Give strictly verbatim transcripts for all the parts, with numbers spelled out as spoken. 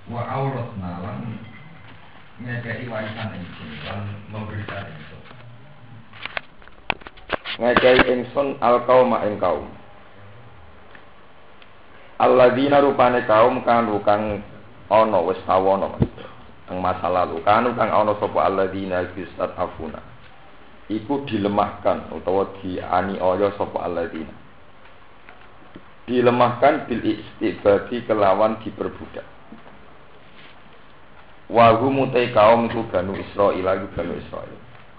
wa auratna lan ngekei warisan ingsun lan memberikan ingsun ngekei ingsun al kaum ing kaum alladzina rupane kaum kanu kang ana wis sawana ing masa lalu kanu kang ana sapa alladzina yusat afuna iku dilemahkan utawa dianiaya sapa alladzina dilemahkan bil istibadi kelawan diperbudak. Wa hum utai kaum iku Banu Israil iku Banu Israil.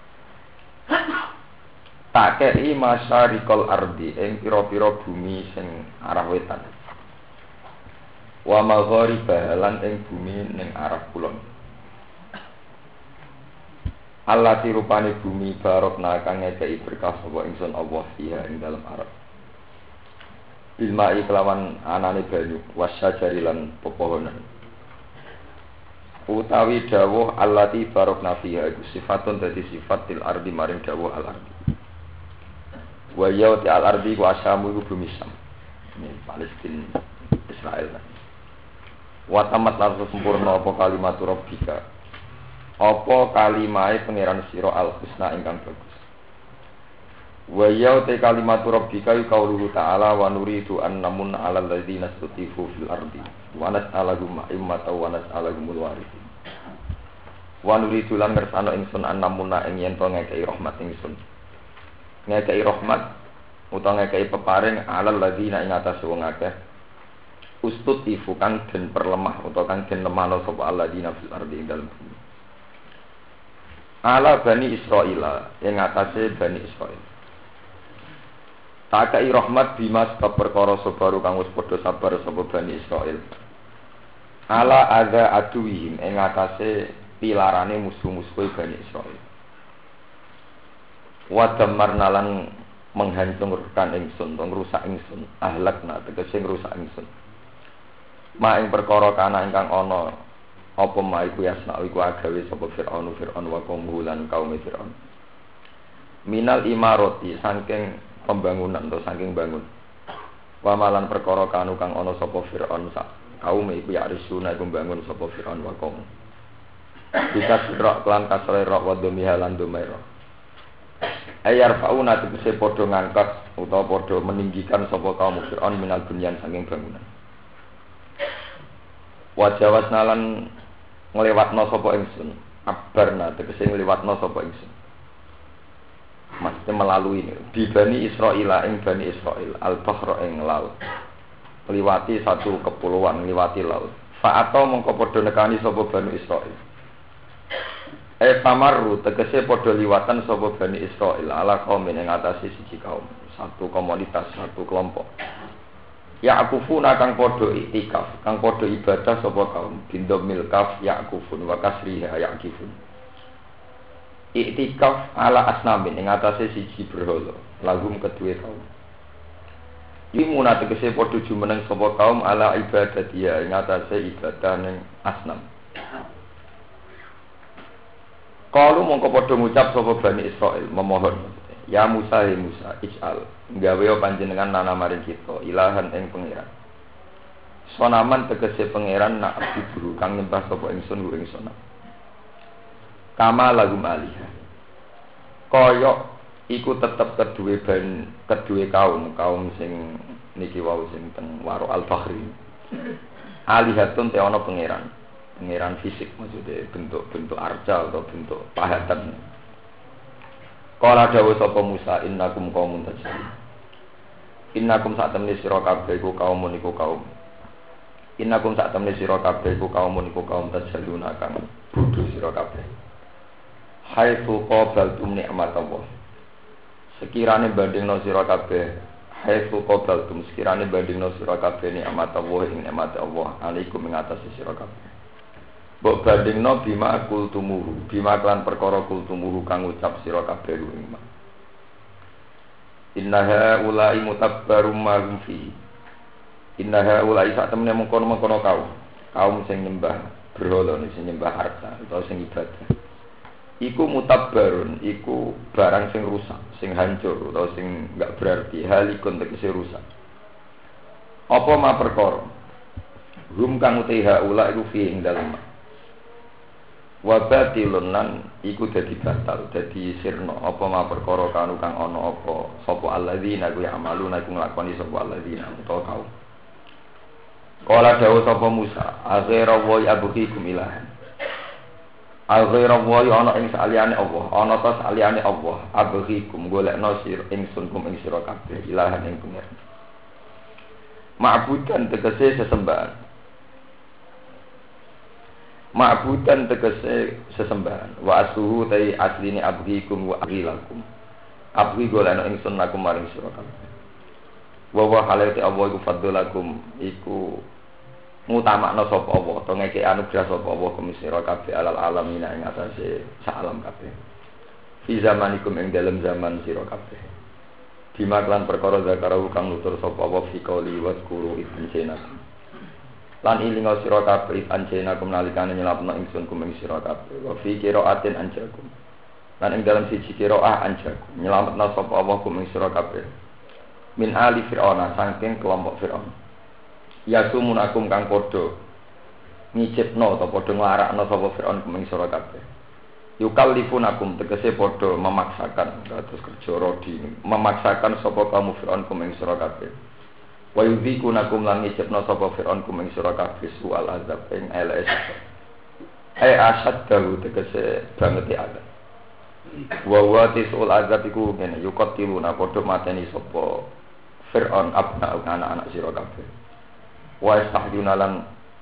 Takei masyarikal ardi ing pira-pira bumi sing arah wetan. Wa maghariba lan ing bumi ning arah kulon. Allah tirupane bumi barokna kang ngekeki berkah sapa ingsun Allah fiha ing dalem arep. Ilmai kelawan anane banyu wasyajari lan pepohonan utawi dawuh allati barokna fiha iku sifatun dadi sifat til ardi maring dawuh al ardi wa yauti al ardi wa asyamu iku bumi Syam ini Palestina Israel wa tamat lan sempurna apa kalimat rabbika apa kalimahe pangeran sira al husna ingkang bagus wa ya ta kalimatu rabbika qauluhu ta'ala wa nuridu an namun 'alal ladzina stutifu fil ardi wa nas'alahum immatan wa nas'alahumul warithin wa nuridu lan ngersano ingsun an namuna ing yen to ngekeki rahmat ingsun ngekeki rahmat utawa ngekeki peparing 'alal ladzina ing atas wong akeh ustutifu kang den perlemah utawa kang den lemahno sapa alladzina fil ardi ing dalem bumi ala bani Israila ing atase bani Israil takai rahmat bima sebab perkara sabaru kang wis padha sabar sapa Bani Israil. Ala adza aduwihim ing atase pilarane musuh-musuhe Bani Israil. Wa damarna lan menghancurkan ingsun, ngrusak ingsun, ahlakna tegese ngrusak ingsun. Ma ing perkara kana ingkang ana apa ma iku yasna iku agawe sapa Firaun Firaun wa kaum lan kaum Firaun. Minal imarati saking pembangunan atau saking bangun. Wa malan perkara kanu kang ana sapa Firaun sak kaum iku ya risuna iku bangun sapa Firaun wa kaum. Bisa sira klan kasre ra wa domiha lan domaira. Ayar fauna tegese padha ngangkat utawa padha meninggikan sapa kaum Firaun minal bunyan saking bangunan. Wa jawasna lan nglewatna sapa ingsun. Abarna tegese nglewatna sapa ingsun. Maksudnya melalui ini di Bani Israil ing Bani Israil al-bahra ing laut liwati satu kepulauan liwati laut fa'ato mongko padha nekani sapa Bani Israil e pamaru tegese padha liwatan sapa Bani Israil ala kaum ing atase siji kaum satu komunitas satu kelompok ya'kufuna kang padha iktikaf kang padha ibadah sapa kaum bindomil kaf ya'kufun wa kasriha ya'kifun iktikaf ala asnamin ing atase siji berhala lagum kedue kaum limuna tegese padha jumeneng sapa kaum ala ibadah dia ing atase ibadah ning asnam kalu mongko padha ngucap sapa Bani Israil memohon ya Musa he Musa ij'al gawe panjenengan nana maring kita ilahan ing pangeran sonaman tegese pangeran nak abdi kang nyembah sapa ingsun ku ing sonam kama lagum alihah kaya iku tetep kedue ban kedue kaum kaum sing niki wau sing teng waro al-bahri alihatun te ana pangeran pangeran fisik maksudnya bentuk-bentuk arca atau bentuk pahatan kala dawuh sapa Musa innakum qaumun tajhalun innakum sak temne sira kabeh iku kaum niku kaum innakum sak temne sira kabeh iku kaum niku kaum tajhalun kang bodho sira kabeh haitsu qabaltum nikmatallah sekirane bandingno sira kabeh haitsu qabaltum sekirane bandingno sira kabeh nikmatallah ing nikmat Allah alaikum ing atas sira kabeh mbok bandingno bima kultumuhu bima klan perkara kultumuhu kang ucap sira kabeh ing ma innaha ulai mutabbarum ma fi innaha ulai sak temene mengkono-mengkono kaum kaum sing nyembah berhala sing nyembah harta utawa sing ibadah iku mutabbarun, iku barang sing rusak, sing hancur atau sing enggak berarti halikun tegese rusak. Apa ma perkara? hum kang utiha ula iku fi ing dalem wa batilun lan iku dadi batal dadi sirna apa ma perkara kanu kang ana apa sapa alladzina ku amaluna iku nglakoni sapa alladzina utawa kaum kala dawuh sapa Musa aghira wa abghikum ilahan aghira wa ana ing saliyane Allah ana ta saliyane Allah abghikum golekno sir ingsun kum ing sira kabeh ilahan ing pengen ma'budan tegese sesembahan ma'budan tegese sesembahan wa asuhu tai asline abghikum wa aghilakum abghi golekno ingsun lakum maring sira kabeh wa wa halate Allah iku fadlakum iku ngutamakno sapa Allah to ngeke anugrah sapa Allah kumisira kabeh alal alamin ing atase sak alam kabeh fi zamanikum ing dalem zaman sira kabeh dimaklan perkara zakarahu kang nutur sapa Allah fi qouli wa zkuru ibn lan ilinga sira kabeh anjena kum nalikane nyelapno ingsun kum ing sira kabeh wa fi qiraatin anjakum lan ing dalem siji qiraah anjakum nyelametna sapa Allah kum ing sira kabeh min ali fir'auna saking kelompok fir'aun ya sumunakum kang padha ngicipno ta padha nglarakno sapa fir'aun kum ing sira kabeh yukallifunakum tegese padha memaksakan terus kerja rodi memaksakan sapa kamu fir'aun kum ing sira kabeh wa yudhikunakum lan ngicipna sapa fir'aun kum ing sira kabeh sual azab ing L S ai asad dalu tegese banget ya ada wa wa tisul azab iku ngene yukatiluna padha mateni sapa fir'aun abna anak-anak sira kabeh wa istahduna lan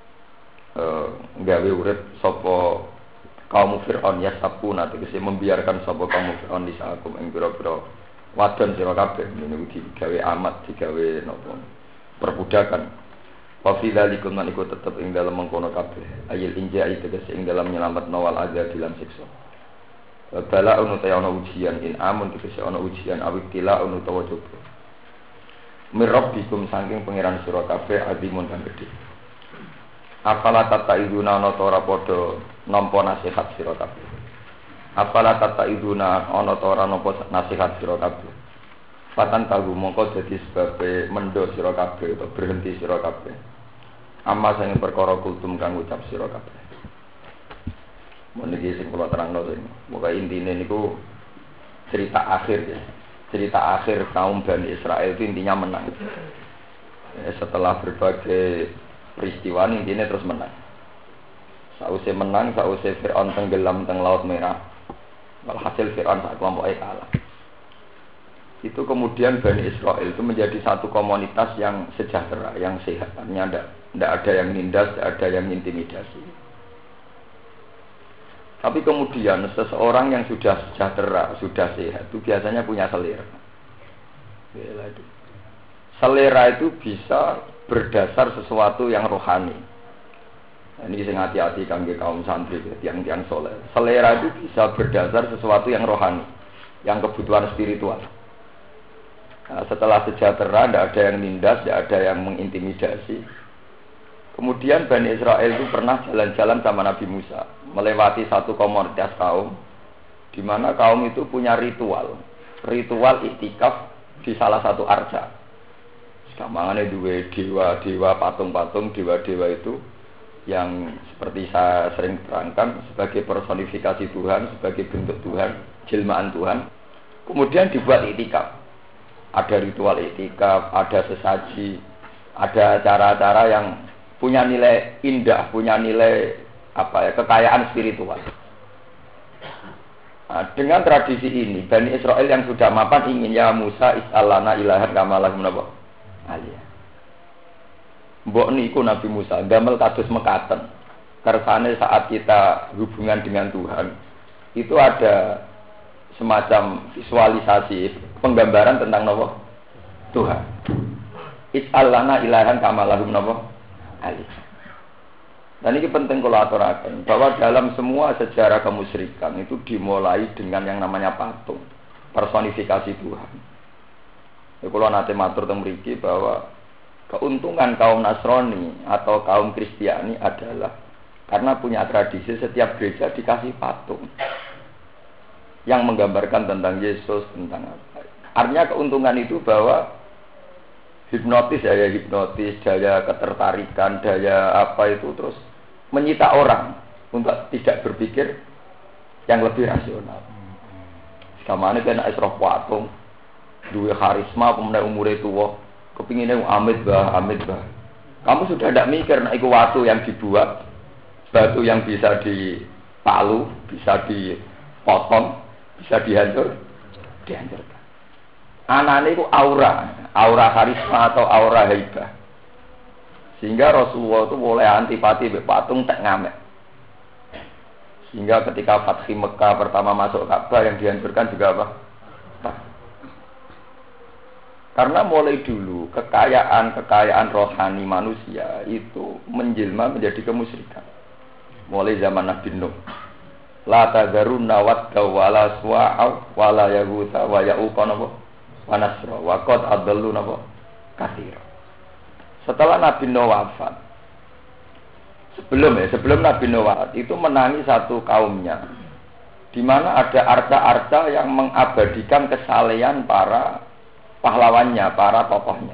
gawe urip sapa kaum fir'aun ya sapuna tegese membiarkan sapa kaum fir'aun disakum ing pira-pira wadon sira kabeh niku digawe amat digawe napa perbudakan wa fi dzalikum man iku tetep ing dalem mengkono kabeh ayil injai tegese ing dalem nyelametno wal azab dilan siksa bala unu ta ana ujian in amun tegese ana ujian awit tila unu tawa coba mirabbikum saking pangeran sira kabeh azimun kang gedhe apala tataiduna ana ta ora padha nampa nasihat sira kabeh apala tataiduna ana ta ora nampa nasihat sira kabeh patan tahu mongko dadi sebabe mendo sira kabeh utawa berhenti sira kabeh amma sing perkara kultum kang ucap sira kabeh meniki sing kula terangno sing pokoke intine niku cerita akhir ya cerita akhir kaum Bani Israel itu intinya menang ya, setelah berbagai peristiwa intinya terus menang sausé menang sausé Fir'aun tenggelam teng Laut Merah walhasil Fir'aun sak kelompoknya kalah itu kemudian Bani Israel itu menjadi satu komunitas yang sejahtera, yang sehat. Artinya tidak ada yang nindas, tidak ada yang intimidasi. Tapi kemudian seseorang yang sudah sejahtera, sudah sehat, itu biasanya punya selera. Selera itu bisa berdasar sesuatu yang rohani. Ini sing hati-hati kangge kaum santri, tiang-tiang soleh. Selera itu bisa berdasar sesuatu yang rohani, yang kebutuhan spiritual. Nah, setelah sejahtera, tidak ada yang nindas, tidak ada yang mengintimidasi. Kemudian Bani Israel itu pernah jalan-jalan sama Nabi Musa, melewati satu komunitas kaum, di mana kaum itu punya ritual, ritual iktikaf di salah satu arca. Gampangannya dua dewa-dewa, patung-patung dewa-dewa itu yang seperti saya sering terangkan sebagai personifikasi Tuhan, sebagai bentuk Tuhan, jelmaan Tuhan. Kemudian dibuat iktikaf. Ada ritual iktikaf, ada sesaji, ada cara-cara yang punya nilai indah, punya nilai apa ya, kekayaan spiritual. Nah, dengan tradisi ini, Bani Israel yang sudah mapan ingin ya Musa is'alana ilahan kamalah menapa? Aliyah. Mbok niku Nabi Musa damel kados mekaten. Kersane saat kita hubungan dengan Tuhan, itu ada semacam visualisasi penggambaran tentang napa Tuhan. Is'alana ilahan kamalahum napa ali. Dan ini penting kalau aturaken bahwa dalam semua sejarah kemusyrikan itu dimulai dengan yang namanya patung, personifikasi Tuhan. Ya kalau nate matur teng mriki bahwa keuntungan kaum Nasrani atau kaum Kristiani adalah karena punya tradisi setiap gereja dikasih patung yang menggambarkan tentang Yesus, tentang apa. Artinya keuntungan itu bahwa hipnotis, daya hipnotis, daya ketertarikan, daya apa itu terus menyita orang untuk tidak berpikir yang lebih rasional. Kamane kena isroh patung, duwe karisma, pemenang umure tuwa, kepinginnya amit bah, amit bah. Kamu sudah tidak mikir, nah itu watu yang dibuat, batu yang bisa dipalu, bisa dipotong, bisa dihancur, dihancurkan. Anane itu aura, aura karisma atau aura haibah. Sehingga Rasulullah itu boleh antipati be patung tak ngamek. Sehingga ketika Fathi Mekah pertama masuk Ka'bah yang dihancurkan juga apa? Karena mulai dulu kekayaan-kekayaan rohani manusia itu menjelma menjadi kemusyrikan. Mulai zaman Nabi Nuh. La tadzarunna wadda wala suwa'a wala yaghutsa wa ya'uqa wa nasra wa qad adallu napa katsira. Setelah Nabi Nuh wafat, sebelum ya, sebelum Nabi Nuh wafat itu menangi satu kaumnya, di mana ada arca-arca yang mengabadikan kesalehan para pahlawannya, para tokohnya.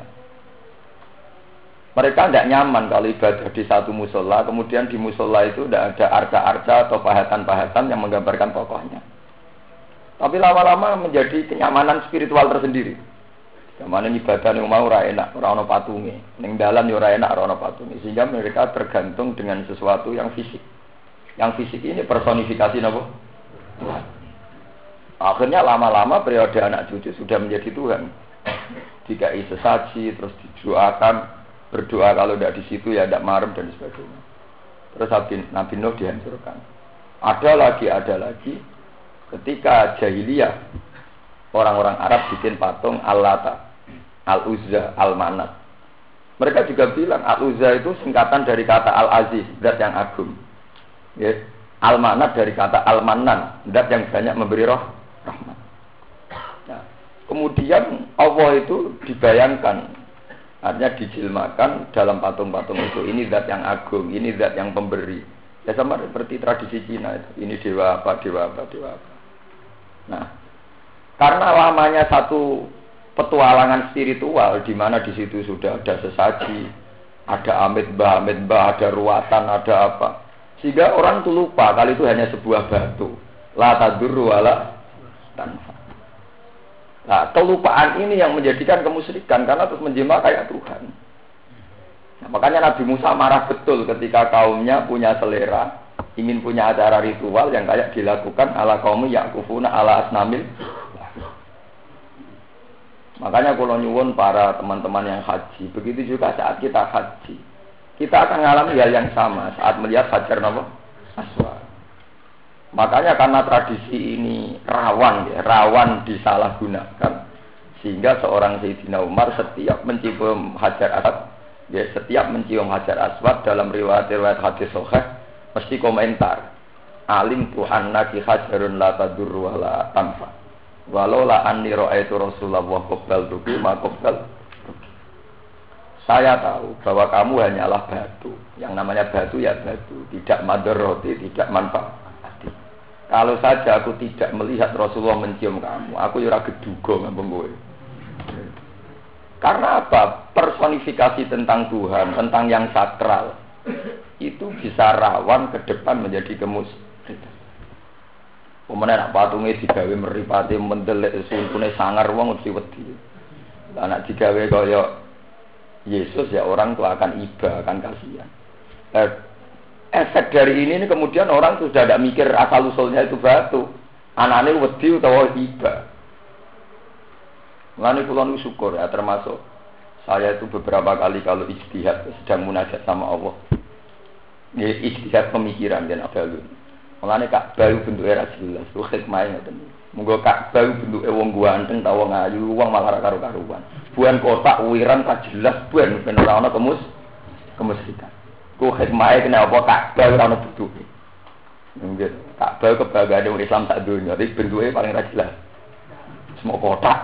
Mereka tidak nyaman kalau ibadah di satu musola, kemudian di musola itu tidak ada arca-arca atau pahatan-pahatan yang menggambarkan tokohnya. Tapi lama-lama menjadi kenyamanan spiritual tersendiri. Kemana ibadah yang mau ora enak, ora ono patunge. Ning dalan yo ora enak, ora ono patunge. Sehingga mereka tergantung dengan sesuatu yang fisik. Yang fisik ini personifikasi napa? Tuhan. Akhirnya lama-lama periode anak cucu sudah menjadi Tuhan. Dikai sesaji, terus didoakan, berdoa kalau tidak di situ ya tidak marem dan sebagainya. Terus Nabi Nuh dihancurkan. Ada lagi, ada lagi. Ketika jahiliyah, orang-orang Arab bikin patung Al-Lata, Al-Uzza, Al-Manat. Mereka juga bilang Al-Uzza itu singkatan dari kata Al-Aziz, zat yang agung. Ya. Al-Manat dari kata Al-Manan, zat yang banyak memberi roh, rahmat. Nah, kemudian Allah itu dibayangkan, artinya dijilmakan dalam patung-patung itu. Ini zat yang agung, ini zat yang pemberi. Ya sama seperti tradisi Cina itu. Ini dewa apa, dewa apa, dewa apa. Nah, karena lamanya satu petualangan spiritual di mana di situ sudah ada sesaji, ada amit bah, amit bah, ada ruatan, ada apa. Sehingga orang itu lupa kalau itu hanya sebuah batu. La tadurru wala tanfa. Nah, kelupaan ini yang menjadikan kemusyrikan karena terus menjelma kayak Tuhan. Nah, makanya Nabi Musa marah betul ketika kaumnya punya selera, ingin punya acara ritual yang kayak dilakukan ala qaumi yaqufuna ala asnamil. Makanya kalau nyuwun para teman-teman yang haji, begitu juga saat kita haji, kita akan mengalami hal yang sama saat melihat Hajar napa? Aswad. Makanya karena tradisi ini rawan ya, rawan disalahgunakan, sehingga seorang Sayyidina Umar setiap mencium Hajar Aswad, ya setiap mencium Hajar Aswad dalam riwayat-riwayat hadis sahih mesti komentar, alim Tuhan naki hajarun la tadurru wa la tanfa. Walau la anni ra'aitu Rasulullah qabbal tuki ma qabbal. Saya tahu bahwa kamu hanyalah batu. Yang namanya batu ya batu, tidak madarroti, tidak manfaat. Kalau saja aku tidak melihat Rasulullah mencium kamu, aku ora geduga ngambung kowe. Karena apa? Personifikasi tentang Tuhan, tentang yang sakral itu bisa rawan ke depan menjadi kemusyrikan. Pemenang nak patungnya digawe meripati mendelik sumpune sangar wong mesti wedi. Lah nak digawe kaya Yesus ya orang tuh akan iba, akan kasihan. Eh, efek dari ini, ini kemudian orang sudah tidak mikir asal usulnya itu batu. Anaknya wedi utawa iba. Mulane kula nu syukur ya, termasuk saya itu beberapa kali kalau ijtihad sedang munajat sama Allah. Ya ijtihad pemikiran dan abdalun. Mulane Kak bayu bentuke ra jelas, ku hikmahe ngoten. Monggo Kak bayu bentuke wong ganteng ta wong ayu, wong malah karo-karuan. Buan kotak wiran tak jelas buan ben ora ana kemus kemusyrikan. Ku hikmahe kena apa Kak bayu ora ana bentuke. Nggih, Kak bayu kebanggaane wong Islam sak donya, iki bentuke paling ra jelas. Semua kotak.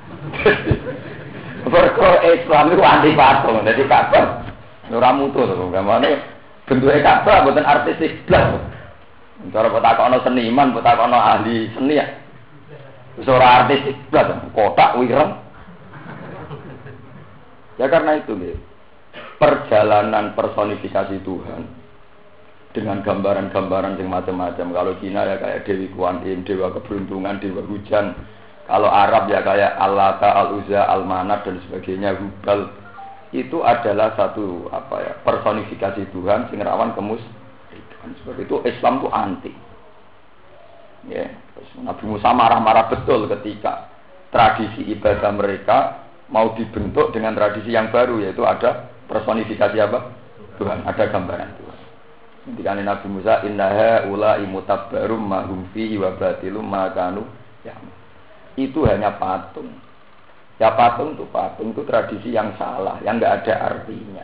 Mergo Islam itu anti patung, dadi Ka'bah ora mutu to, gamane bentuke Ka'bah mboten artistik blas. Cara kota kono seniman, kota kono ahli seni ya. Wis ora artistik blas, kotak wireng. Ya karena itu, gitu. Perjalanan personifikasi Tuhan dengan gambaran-gambaran yang macam-macam. Kalau Cina ya kayak Dewi Kuan Yin, Dewa Keberuntungan, Dewa Hujan. Kalau Arab ya kayak Al-Lata, Al-Uzza, Al-Manat dan sebagainya, Hubal. Itu adalah satu apa ya personifikasi Tuhan sing rawan kemusyrikan. Sebab itu Islam itu anti. Ya, Nabi Musa marah-marah betul ketika tradisi ibadah mereka mau dibentuk dengan tradisi yang baru, yaitu ada personifikasi apa? Tuhan, ada gambaran Tuhan. Ketika Nabi Musa innaha ulai mutabbarum ma hum fihi wa batilum ma kanu ya. Itu hanya patung. Ya patung itu patung itu tradisi yang salah, yang enggak ada artinya.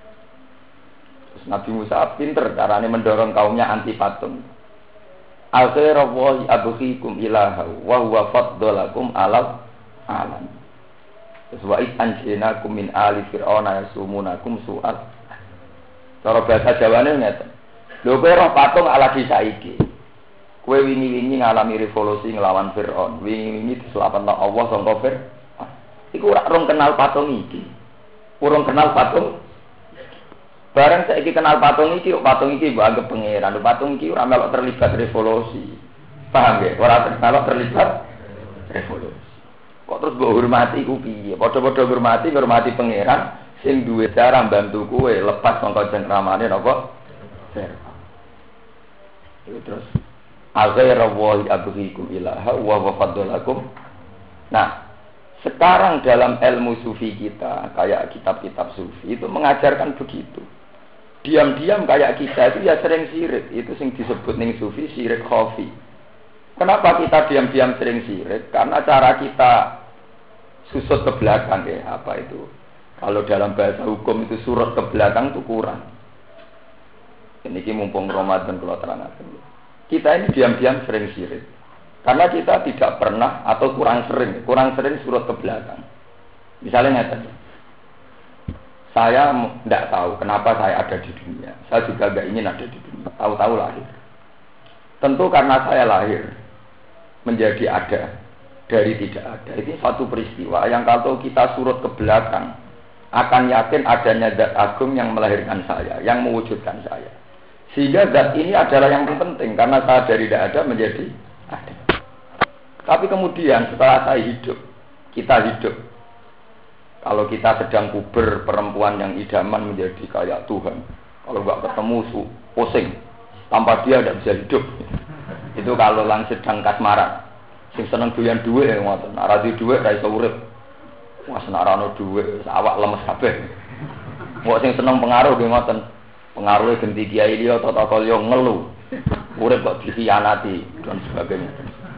Terus Nabi Musa pinter caranya mendorong kaumnya anti patung. Al-khairu abghikum ilaha wa huwa faddalakum alal alam. Terus wa anjinakum min ali fir'auna yasumunakum su'al. Cara bahasa Jawane ngeten. Lho kowe roh patung ala saiki. Kowe wingi-wingi ngalami revolusi nglawan Firaun. Wingi-wingi diselapetno Allah sangka Firaun. Iku ora rong kenal patung iki. Urung kenal patung. Bareng saiki kenal patung iki, patung iki mbok anggap pangeran. Patung iki ora melok terlibat revolusi. Paham ya? Ora melok terlibat revolusi. Kok terus mbok hormati ku piye? Padha-padha hormati, hormati pangeran sing duwe cara mbantu kowe lepas saka cengkramane napa? Firaun. Itu terus al-ghayra wa abghikum ilaha wa wafaddalakum. Nah, sekarang dalam ilmu sufi kita, kayak kitab-kitab sufi itu mengajarkan begitu. Diam-diam kayak kita itu ya sering syirik. Itu yang disebut ning sufi syirik khafi. Kenapa kita diam-diam sering syirik? Karena cara kita susut ke belakang ya, apa itu? Kalau dalam bahasa hukum itu surut ke belakang itu kurang. Ini mumpung Ramadan kalau terangkan. Kita ini diam-diam sering syirik. Karena kita tidak pernah atau kurang sering, kurang sering surut ke belakang. Misalnya nyata, saya tidak tahu kenapa saya ada di dunia. Saya juga tidak ingin ada di dunia. Tahu-tahu lahir. Tentu karena saya lahir menjadi ada dari tidak ada. Ini satu peristiwa yang kalau kita surut ke belakang akan yakin adanya zat agung yang melahirkan saya, yang mewujudkan saya. Sehingga zat ini adalah yang penting karena saya dari tidak ada menjadi ada. Tapi kemudian setelah saya hidup, kita hidup. Kalau kita sedang puber, perempuan yang idaman menjadi kayak Tuhan. Kalau nggak ketemu, pusing. Tanpa dia tidak bisa hidup. Itu kalau lang sedang kasmaran. Sing seneng doyan duwe ya ngoten. Ora di duwe ra iso urip. Wah senarano duwe, awak lemes kabeh. Mbok sing seneng pengaruh nggih ngoten. Pengaruhe genti kiai liya tata kaya ngelu. Urip kok dikhianati dan sebagainya.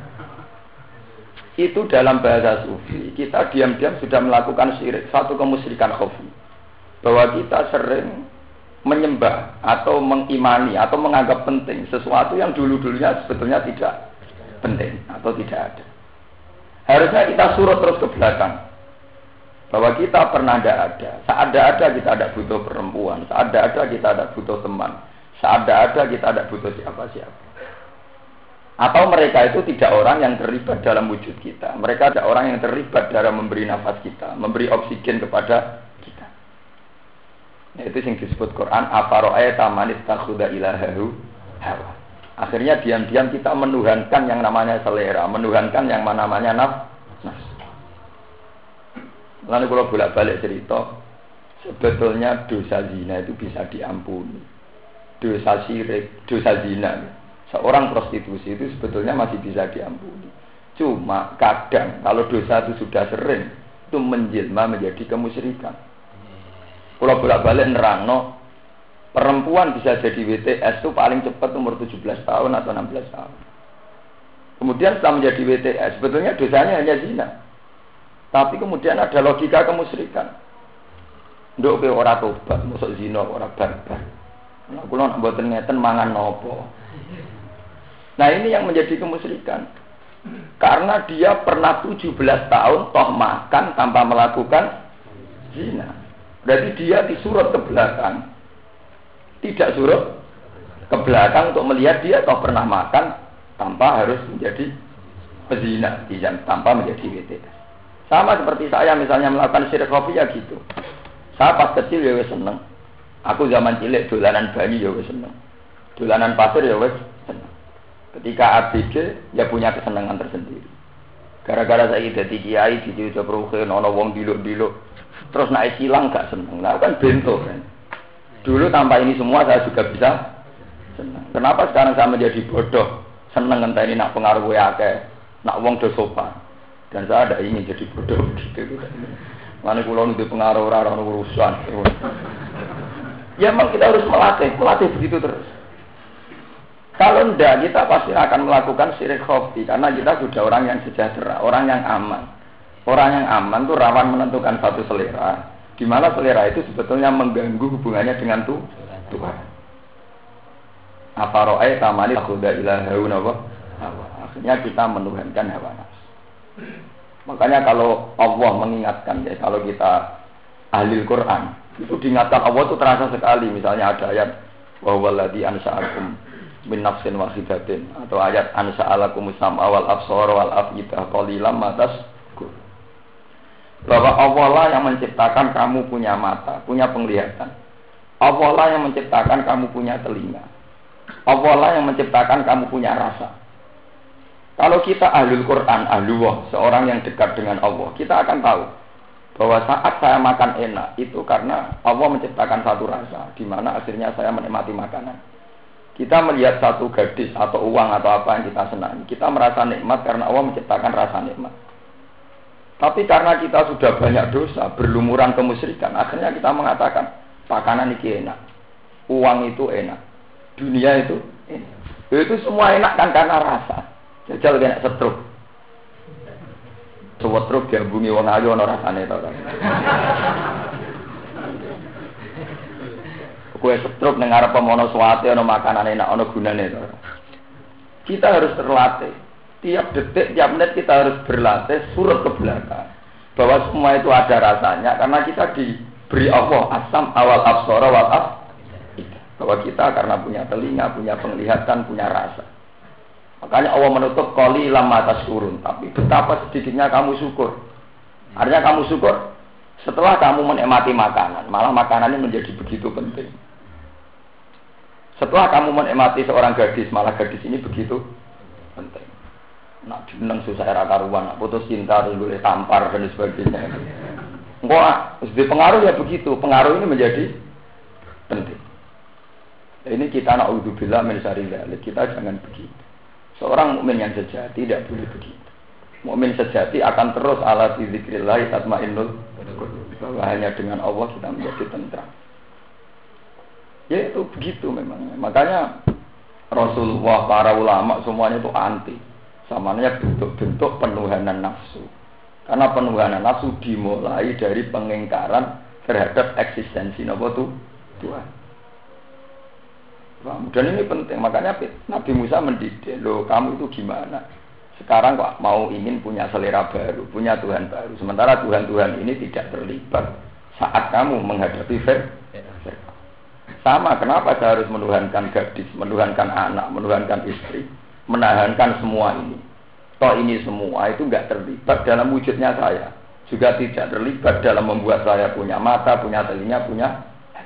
Itu dalam bahasa sufi kita diam-diam sudah melakukan syirik, satu kemusyrikan khafi, bahwa kita sering menyembah atau mengimani atau menganggap penting sesuatu yang dulu-dulunya sebetulnya tidak penting atau tidak ada. Harusnya kita surut terus ke belakang bahwa kita pernah tidak ada. Saat ada ada kita ada butuh perempuan, saat ada ada kita ada butuh teman, saat ada ada kita ada butuh siapa-siapa. Atau mereka itu tidak orang yang terlibat dalam wujud kita. Mereka ada orang yang terlibat dalam memberi nafas kita, memberi oksigen kepada kita. Nah, itu yang disebut Quran afara'aita man ittakhadha ilahahu hawa. Akhirnya diam-diam kita menuhankan yang namanya selera, menuhankan yang namanya nafsu. Lalu kalau bolak-balik cerita, sebetulnya dosa zina itu bisa diampuni. Dosa syirik, dosa zina, seorang prostitusi itu sebetulnya masih bisa diampuni. Cuma kadang kalau dosa itu sudah sering, itu menjelma menjadi kemusyrikan. Kalau bolak-balik nerangno, perempuan bisa jadi W T S itu paling cepat umur tujuh belas tahun atau enam belas tahun. Kemudian setelah menjadi W T S, sebetulnya dosanya hanya zina. Tapi kemudian ada logika kemusyrikan. Nduk kowe ora tobat, mosok zina ora barbar. Nah, kula nek mboten ngeten mangan nopo. Nah ini yang menjadi kemusyrikan. Karena dia pernah tujuh belas tahun toh makan tanpa melakukan zina. Berarti dia disurut ke belakang. Tidak surut ke belakang untuk melihat dia toh pernah makan tanpa harus menjadi pezina, tanpa menjadi W T S. Sama seperti saya misalnya melakukan syirik khafi ya gitu. Saya pas kecil ya wis seneng. Aku zaman cilik dolanan banyu ya wis seneng. Dolanan pasir ya wis seneng. Ketika A B G ya punya kesenangan tersendiri. Gara-gara saya dadi kiai di Jawa Provinsi ana wong diluk-diluk terus naik silang gak seneng. Nah kan bento kan. Dulu tanpa ini semua saya juga bisa seneng. Kenapa sekarang saya menjadi bodoh? Seneng ngenteni nak pengaruh akeh, nak wong do sopan. Dan saya ada ingin jadi bodoh gitu. Mana kula nu pengaruh ora ono urusan. Ya memang kita harus melatih, melatih begitu terus. Kalau enggak, kita pasti akan melakukan syirik khofi karena kita sudah orang yang sejahtera, orang yang aman. Orang yang aman itu rawan menentukan satu selera, di mana selera itu sebetulnya mengganggu hubungannya dengan tuh, Tuhan. Apa ro'ay tamani khuda ilahauna wa akhirnya kita menuhankan hawa nafsu. Makanya kalau Allah mengingatkan ya, kalau kita ahli Quran itu diingatkan Allah itu terasa sekali. Misalnya ada ayat wa huwallazi ansa'akum min nafsin wahidatin atau ayat ansa'alakumus sam'a wal absara wal afidah qalilan ma tashkur. Bahwa Allah lah yang menciptakan kamu punya mata, punya penglihatan. Allah lah yang menciptakan kamu punya telinga. Allah lah yang menciptakan kamu punya rasa. Kalau kita ahlul Quran, ahlullah, seorang yang dekat dengan Allah, kita akan tahu bahwa saat saya makan enak itu karena Allah menciptakan satu rasa, di mana akhirnya saya menikmati makanan. Kita melihat satu gadis atau uang atau apa yang kita senangi, kita merasa nikmat karena Allah menciptakan rasa nikmat. Tapi karena kita sudah banyak dosa, berlumuran kemusyrikan, akhirnya kita mengatakan makanan ini enak, uang itu enak, dunia itu enak. Itu semua enak kan karena rasa. Jajal kena setruk. Coba truk diambungi wong ayu ana rasane to. Kowe setruk ning arep ana suwate ana makanan enak ana gunane to. Kita harus terlatih. Tiap detik, tiap menit kita harus berlatih surut ke belakang. Bahwa semua itu ada rasanya karena kita diberi Allah asam awal absara wal af. Bahwa kita karena punya telinga, punya penglihatan, punya rasa. Makanya Allah menutup qalilan ma tashkurun, tapi betapa sedikitnya kamu syukur. Artinya kamu syukur setelah kamu menikmati makanan, malah makanan ini menjadi begitu penting. Setelah kamu menikmati seorang gadis, malah gadis ini begitu penting. Nak jeneng susah era karuan, nak putus cinta terus boleh tampar dan sebagainya. Enggak, di pengaruh ya begitu, pengaruh ini menjadi penting. Ini kita na'udzubillah min syarri dzalik, kita jangan begitu. Seorang mukmin yang sejati tidak boleh begitu. Mukmin sejati akan terus ala dzikrillah tatmainnul qulub. Bahwa hanya dengan Allah kita menjadi tentram. Ya itu begitu memang. Makanya Rasulullah, para ulama semuanya itu anti. Samanya bentuk-bentuk penuhanan nafsu. Karena penuhanan nafsu dimulai dari pengingkaran terhadap eksistensi napa tuh Tuhan. Dan ini penting, makanya Nabi Musa mendidik, loh kamu itu gimana? Sekarang kok mau ingin punya selera baru, punya Tuhan baru. Sementara Tuhan-Tuhan ini tidak terlibat saat kamu menghadapi Fir. Sama, kenapa saya harus menuhankan gadis, menuhankan anak, menuhankan istri, menahankan semua ini. Toh ini semua itu nggak terlibat dalam wujudnya saya. Juga tidak terlibat dalam membuat saya punya mata, punya telinga, punya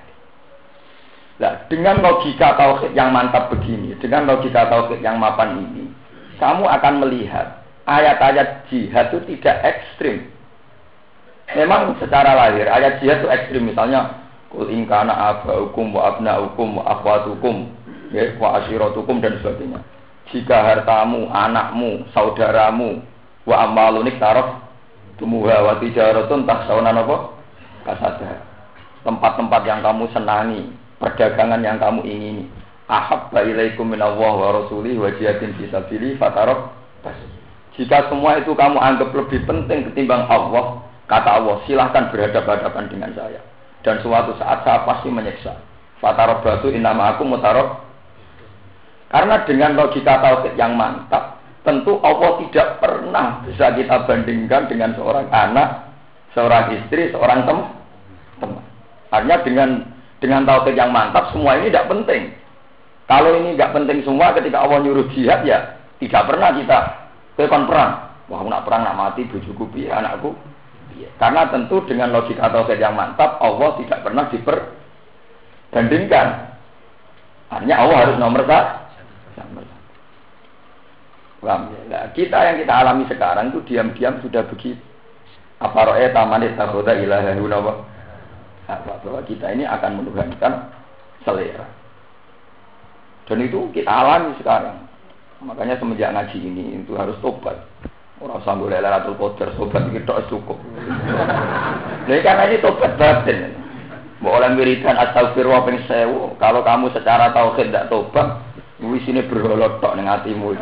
Nah, dengan logika tauhid yang mantap begini, dengan logika tauhid yang mapan ini, kamu akan melihat ayat-ayat jihad itu tidak ekstrim. Memang secara lahir ayat jihad itu ekstrim, misalnya qul in kana abaukum wa abnaukum wa akhwatukum ya wa ashiratukum dan sebagainya. Jika hartamu, anakmu, saudaramu wa amalunik taraf tumuha wa tijaratun takhshawna apa? Kasada. Tempat-tempat yang kamu senangi, perdagangan yang kamu ingini, ahabba ilaikum minallahi wa rasulihi wa jihadin fi sabilihi fatarab. Jika semua itu kamu anggap lebih penting ketimbang Allah, kata Allah, silahkan berhadapan-hadapan dengan saya. Dan suatu saat saya pasti menyiksa. Fatarabatu innama aku mutarab. Karena dengan logika tauhid yang mantap, tentu Allah tidak pernah bisa kita bandingkan dengan seorang anak, seorang istri, seorang teman. Artinya dengan Dengan tauhid yang mantap, semua ini tidak penting. Kalau ini tidak penting semua, ketika Allah nyuruh jihad, ya tidak pernah kita tekan perang. Wah, nak perang, nak mati, bojoku piye, anakku Ya, karena tentu dengan logika tauhid yang mantap, Allah tidak pernah diperbandingkan. Artinya Allah harus nomor satu. Paham ya? Nah, kita yang kita alami sekarang itu diam-diam sudah begitu. Apa roe tamanit takoda ilaha illallah. Bahwa kita ini akan menuhankan selera. Dan itu kita alami sekarang. Makanya semenjak ngaji ini itu harus tobat. Orang sanggup Lailatul Qadar tobat iki tok cukup. Nah, karena ini tobat batin. Mau orang wiridan astagfirullah ping sewu, kalau kamu secara tauhid tidak tobat, wis ini berholot tok ning atimu.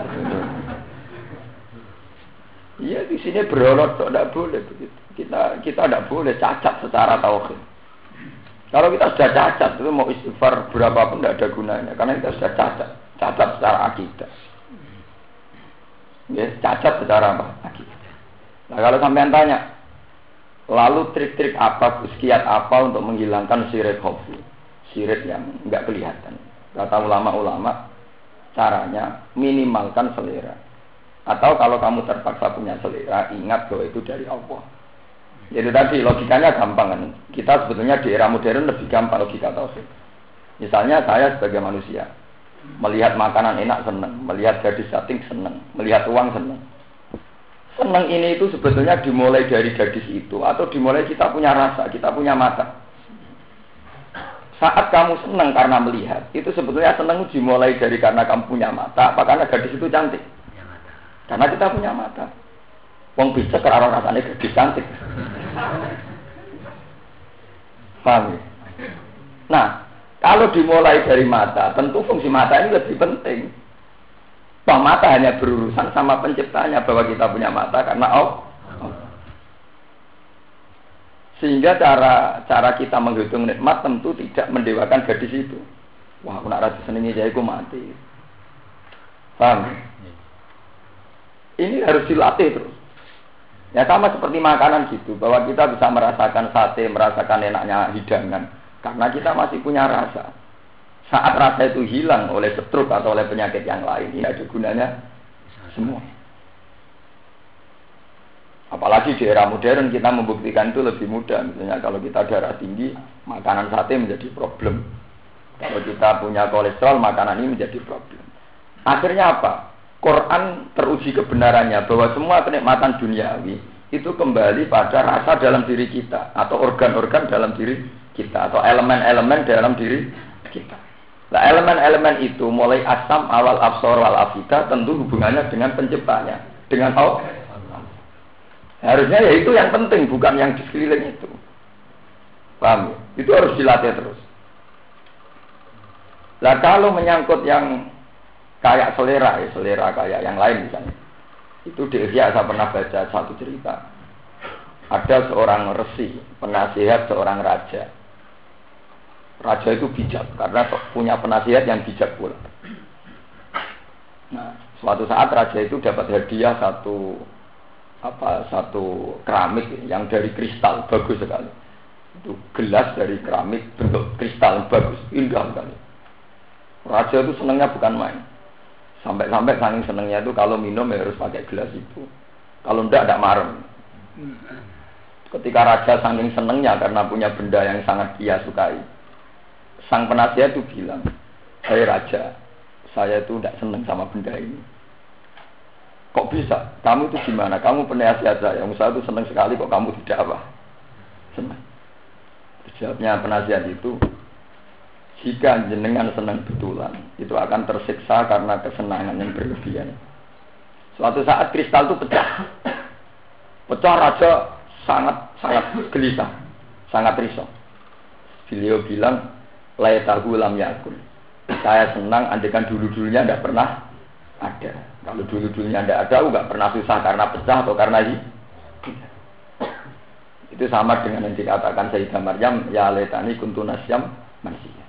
Iya, di sini berolot tidak boleh begitu. Kita kita tidak boleh cacat secara tauhid. Kalau kita sudah cacat itu mau istighfar berapapun tidak ada gunanya karena kita sudah cacat, cacat secara akidah. Ya, cacat secara apa? Akidah. Nah, kalau sampean tanya, lalu trik-trik apa, kiat apa untuk menghilangkan syirik khafi, syirik yang enggak kelihatan? Kata ulama-ulama, caranya minimalkan selera. Atau kalau kamu terpaksa punya selera, ingat bahwa itu dari Allah. Jadi tadi logikanya gampang kan. Kita sebetulnya di era modern lebih gampang logika tauhid. Misalnya saya sebagai manusia, melihat makanan enak senang, melihat gadis cantik senang, melihat uang senang. Senang ini itu sebetulnya dimulai dari gadis itu, atau dimulai kita punya rasa, kita punya mata. Saat kamu senang karena melihat, itu sebetulnya senang dimulai dari karena kamu punya mata, apa karena gadis itu cantik? Karena kita punya mata. Wong bisa kerana rasanya gadis cantik. Paham ya? Nah, kalau dimulai dari mata, tentu fungsi mata ini lebih penting. Bahwa mata hanya berurusan sama penciptanya, bahwa kita punya mata karena Allah. Sehingga cara cara kita menghitung nikmat tentu tidak mendewakan gadis itu. Wah, aku nak rasa senengnya jadi aku mati. Paham? Ini harus dilatih terus. Ya sama seperti makanan gitu, bahwa kita bisa merasakan sate, merasakan enaknya hidangan, karena kita masih punya rasa. Saat rasa itu hilang oleh stroke atau oleh penyakit yang lain, ini ada gunanya semua. Apalagi di era modern kita membuktikan itu lebih mudah. Misalnya kalau kita darah tinggi, makanan sate menjadi problem. Kalau kita punya kolesterol, makanan ini menjadi problem. Akhirnya apa? Quran teruji kebenarannya bahwa semua kenikmatan duniawi itu kembali pada rasa dalam diri kita atau organ-organ dalam diri kita atau elemen-elemen dalam diri kita. Nah, elemen-elemen itu mulai asam, awal, absor, wal afida tentu hubungannya dengan penciptanya, dengan Allah. Harusnya ya itu yang penting, bukan yang di sekeliling itu. Paham? Itu harus dilatih terus. Nah, kalau menyangkut yang kayak selera, ya selera kayak yang lain misalnya. Itu di Ihya saya pernah baca satu cerita. Ada seorang resi, penasihat seorang raja. Raja itu bijak karena punya penasihat yang bijak pula. Nah, suatu saat raja itu dapat hadiah satu apa satu keramik yang dari kristal bagus sekali. Itu gelas dari keramik bentuk kristal bagus, indah sekali. Raja itu senangnya bukan main. Sampai-sampai saking senangnya itu kalau minum ya harus pakai gelas itu. Kalau enggak, enggak marem. Ketika raja saking senangnya karena punya benda yang sangat dia sukai, sang penasihat itu bilang, "Hai raja, saya itu tidak senang sama benda ini." "Kok bisa? Kamu itu gimana? Kamu penasihat saya. Saya itu senang sekali, kok kamu tidak apa?" "Senang." Jawabnya penasihat itu, "Jika jenengan senang betulan, itu akan tersiksa karena kesenangan yang berlebihan." Suatu saat kristal itu pecah. Pecah, raja sangat sangat gelisah, sangat risau. Beliau bilang, "Laitahu lam yakun." Saya senang andaikan dulu-dulunya tidak pernah ada. Kalau dulu-dulunya tidak ada, enggak pernah susah karena pecah atau karena ini. Itu sama dengan yang dikatakan Sayyidah Maryam, "Ya laitani kuntu nasyam mansiyah."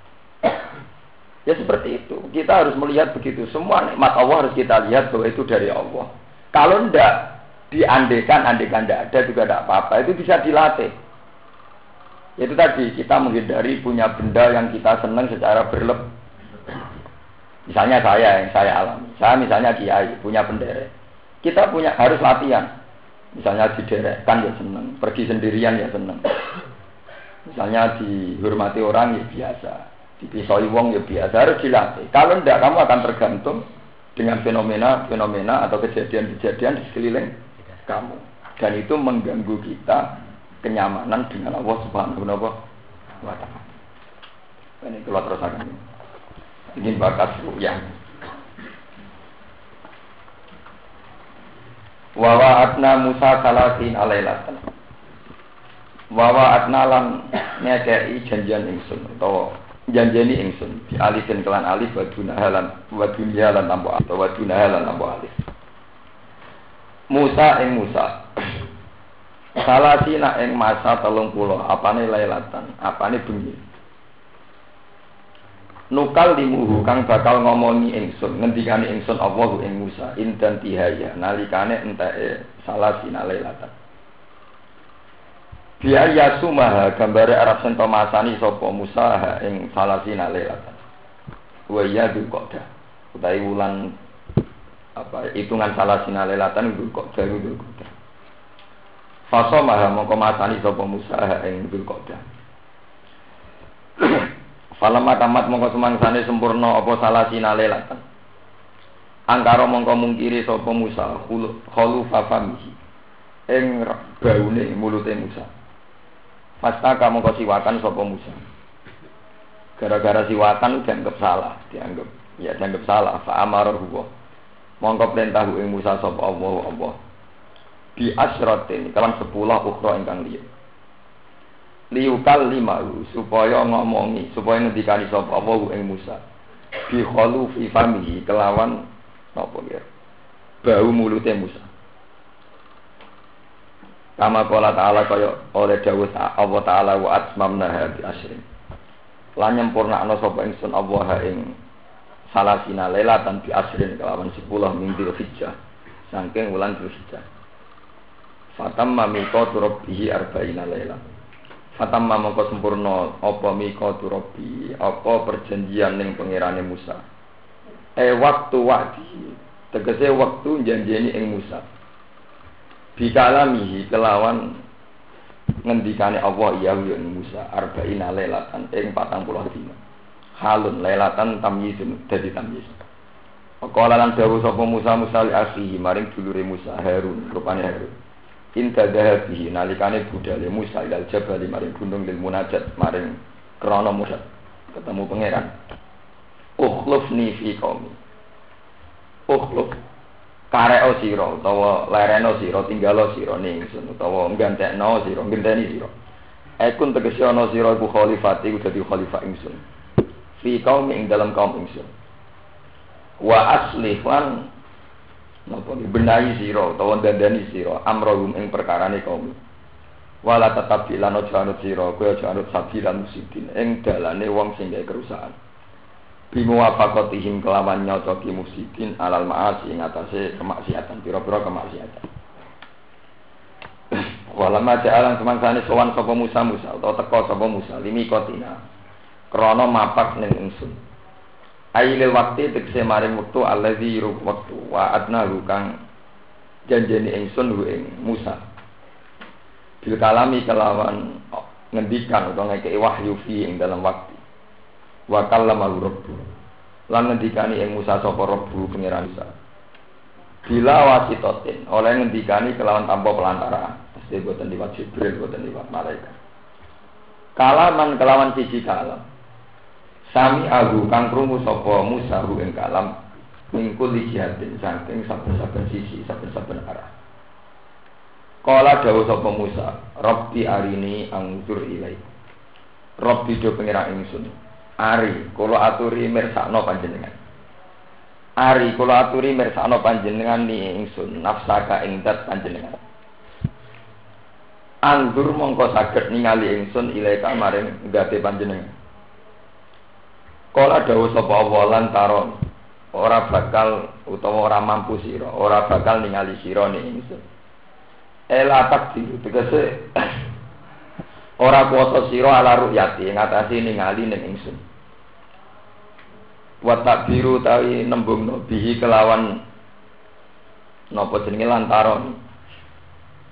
Ya seperti itu. Kita harus melihat begitu. Semua nikmat Allah harus kita lihat bahwa itu dari Allah. Kalau tidak diandekan, andekan tidak ada juga tidak apa-apa. Itu bisa dilatih. Itu tadi kita menghindari punya benda yang kita senang secara berlebih. Misalnya saya yang saya alami. Saya misalnya kiai punya bendera. Kita punya harus latihan. Misalnya diderekkan ya seneng, pergi sendirian ya seneng. Misalnya dihormati orang ya biasa, dipisoi wong ya biasa, harus dilatih. Kalau tidak kamu akan tergantung dengan fenomena-fenomena atau kejadian-kejadian di sekeliling kamu. Dan itu mengganggu kita kenyamanan dengan Allah Subhanahu wa taala. Ini keluar terus akan ingin bakat yang Wawa atna Musa salasin alailatan. Wawa atna lan ngekei janjian ingsun atau janjeni ingsun di alifin kelan alif waduna halan wadunya lan tampo atau waduna halan tampo alif. Musa ing Musa. Salasina ing masa telung puluh apane lailatan, apane bengi. Nukal limuhu kang bakal ngomongi ingsun ngendikane ingsun Allahu ing Musa indan tihaya nalikane enteke salasina lailatan. Biaya sumaha gambare arep sento masani sapa Musa ing salasina lailatan. Wa ya dukoda utawi wulan apa hitungan salasina lailatan dukoda dukoda. Fasa maha mongko masani sapa Musa ing dukoda. Falamma tamat mongko semangsane sempurna apa salasina lailatan. Angkara mongko mungkiri sapa Musa khulu fafamihi ing baune mulute Musa. Fastaka mongko siwakan sapa Musa. Gara-gara siwakan dianggap salah, dianggap ya dianggap salah fa amarahu. Mongko perintah ing Musa sapa Allah Allah. Bi asratin kalam sepuluh ukhra ingkang liya. Liukal lima supaya ngomongi supaya ngendikani sapa Allah ing Musa bi khalufi famihi kelawan napa ya bau mulute Musa kama qala ta'ala kaya oleh dawuh Allah taala wa atmamna bi asrin lan nyempurnakno sapa ingsun Allah ing salasina lailatan bi asrin kelawan sepuluh min Dzulhijjah saking wulan Dzulhijjah fatamma miqatu rabbih arba'ina lailatan. Fatamma mongko sempurna apa miqatu rabbi apa perjanjian ning pangerane Musa. Eh waktu wakti tegese waktu janjeni ing Musa. Bikalamihi kelawan ngendikane Allah ya ing Musa arba'ina lailatan ing patang puluh dina. Halun lailatan tamyizun dadi tamyiz. Kala lan dawuh sapa Musa Musa li akhihi maring dulure Musa Harun rupane Harun. Inta dahabihi nalikane budale Musa ilal jabal maring gunung lil munajat maring krana Musa ketemu pangeran. Ukhlufni fi qaumi. Ukhluf kareo sira utawa lereno sira tinggalo sira ning ingsun utawa nggantekno sira ngenteni sira. Ekun tegese ana sira iku khalifati dadi khalifah ingsun. Fi qaumi ing dalam kaum ingsun. Wa aslifan napa benahi sira utawa dandani sira amrohum ing perkarane kaum. Wala tetap lan aja anut sira kowe aja anut sabilan musidin ing dalane wong sing gawe kerusakan. Bimu wafaqatihim kelawan nyocoki musidin alal ma'asi ing atase kemaksiatan pira-pira kemaksiatan. Walama ja'alan semangsane sowan sapa Musa Musa utawa teka sapa Musa limi kotina krana mapak ning ingsun. Aile waktu tegese maring wektu allazi ruk wektu wa adnahu kang janjeni ingsun hu ing Musa. Bil kalami kelawan ngendikan utawa ngekeki wahyu fi ing dalam waktu. Wa kallama rabbu. Lan ngendikani ing Musa sapa rabbu pangeran Musa. Bila wasitotin oleh ngendikani kelawan tanpa pelantara. Pasti boten liwat Jibril boten liwat malaikat. Kalaman kelawan siji kalam. Sami agu kang krungu sapa Musa hu ing kalam mingkul lijatin saking saben-saben sisi saben-saben arah. Kala dawuh sapa Musa, Rabbi arini angzur ilai. Rabbi do pengiran ingsun. Ari kula aturi mirsakno panjenengan. Ari kula aturi mirsakno panjenengan ni ingsun nafsaka ing dat panjenengan. Anggur mongko saged ningali ingsun ilaika maring ngate panjenengan. Kala dawuh sapa Allah lan taron ora bakal utawa ora mampu sira ora bakal ningali sira ning ingsun. Ela takdir tegese ora kuwasa sira ala ru'yati ngatasi ningali ning ingsun. Wa takbiru tawi nembungno bihi kelawan napa jenenge lantaron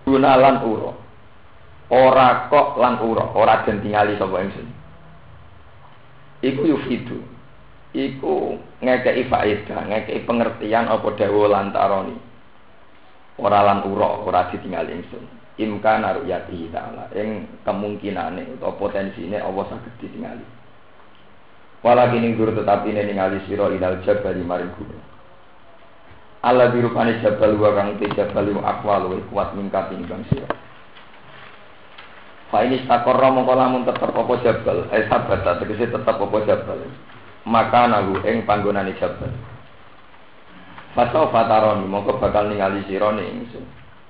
gunalan ura. Ora kok lan ura, ora den tingali sapa ingsun. Iku yufidu. Iku ngekeki faedah, ngekeki pengertian apa dawuh lantaroni. Ora lan ura, ora ditingali ingsun. Imkan ru'yati ta'ala ing kemungkinane utawa potensine Allah saged ditingali. Walakin ing gur tetapi ningali sira ilal jabal maring gunung. Allah dirupane jabal wa kang te jabal akwal luwih kuat mingkat timbang sira. Fa ini sakorra mongko lamun tetep apa jabal, eh sabata tegese tetep apa jabal. Maka nahu ing panggonane jabal. Fasau fataron mongko bakal ningali sira ning ingsun.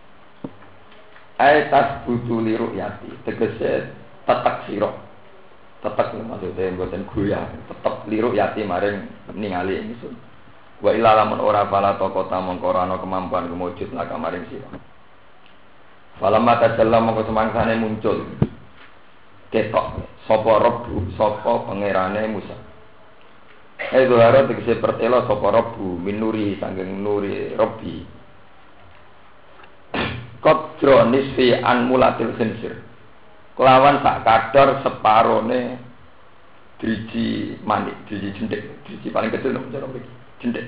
Ai tas butu liru yati tegese tetek sira. Tetek maksudnya mboten goyah, tetep liru yati maring ningali ingsun. Wa ila lamun ora bala kota mongko ora ana kemampuan kumujud laka maring sira. Falamma tajalla mongko semangsane muncul ketok sapa Rabbu sapa pangerane Musa. Eh dohara tegese pertelo sapa Rabbu minuri sanging nuri Rabbi. Qadra nisfi an mulatil khinsir. Kelawan sak kadar separone driji manik, driji jendhek, driji paling kecil nang cara mriki, jendhek.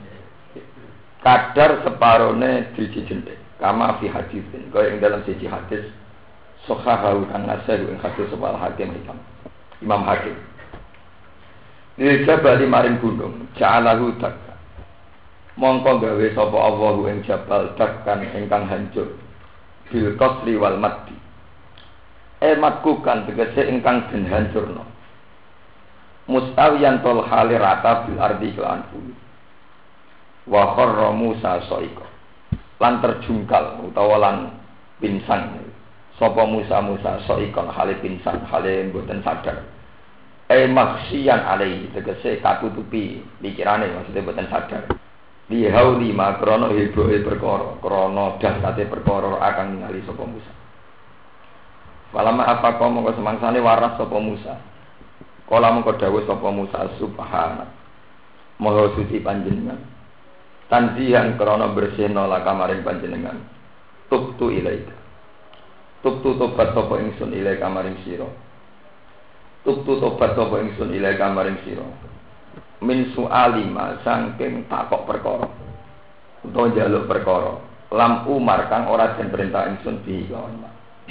Kadar separone driji jendhek. Kama fi hadisin, kaya yang dalam siji hadis Sohahahu kang nasaihu ing hadis sebal hakim Imam Imam Hakim. Ini jabal maring gunung ja'alahu dakka. Mongko gawe sapa Allahu ing jabal dakkan ingkang hancur bil qasri wal maddi. E matkukan tegese ingkang den hancurno. Mustawiyan tol hali rata bil ardi kelan bumi. Wa kharra Musa sa'iqa. Lan terjungkal utawa lan pinsang sapa Musa Musa saikon hale pinsang hale mboten sadar e maksian alai tegese katutupi pikirane maksudnya mboten sadar li hauli ma krana heboe perkara krana dahsate perkara akan ningali sapa Musa. Walama apa kok mongko semangsane waras sapa Musa kala mongko dawuh sapa Musa subhana maha suci panjenengan tanzihan krana bersihna laka maring panjenengan tubtu ilaika tubtu tobat sapa ingsun ilaika maring sira tubtu tobat sapa ingsun ilaika maring sira min su'alima saking takok perkara utawa njaluk perkara lam umar kang ora den perintah ingsun bi kawan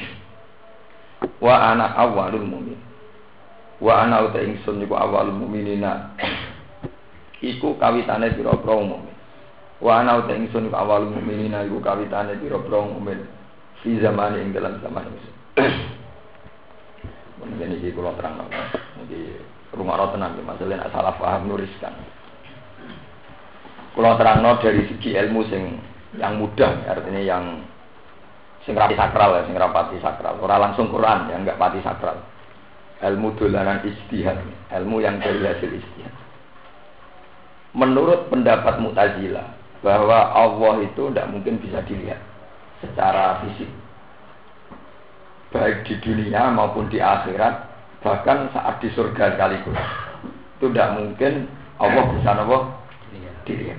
wa ana awwalul mukmin wa ana uta ingsun iku awwalul mukminina iku kawitane pira-pira mukmin. Wa ana uta ingsun ka awal mukminina iku kawitane pira-pira mukmin fi zaman ing dalam zaman iki. Mungkin iki kula terangno. Iki rumakno tenan iki masalah salah paham nuriskan. Kula terangno dari segi ilmu sing yang mudah, artinya yang sing rapati sakral ya, sing rapati sakral. Ora langsung Quran yang enggak pati sakral. Ilmu dolanan ijtihad, ilmu yang dari hasil ijtihad. Menurut pendapat Mu'tazilah bahwa Allah itu tidak mungkin bisa dilihat secara fisik, baik di dunia maupun di akhirat, bahkan saat di surga sekalipun itu tidak mungkin Allah bisa Allah dilihat.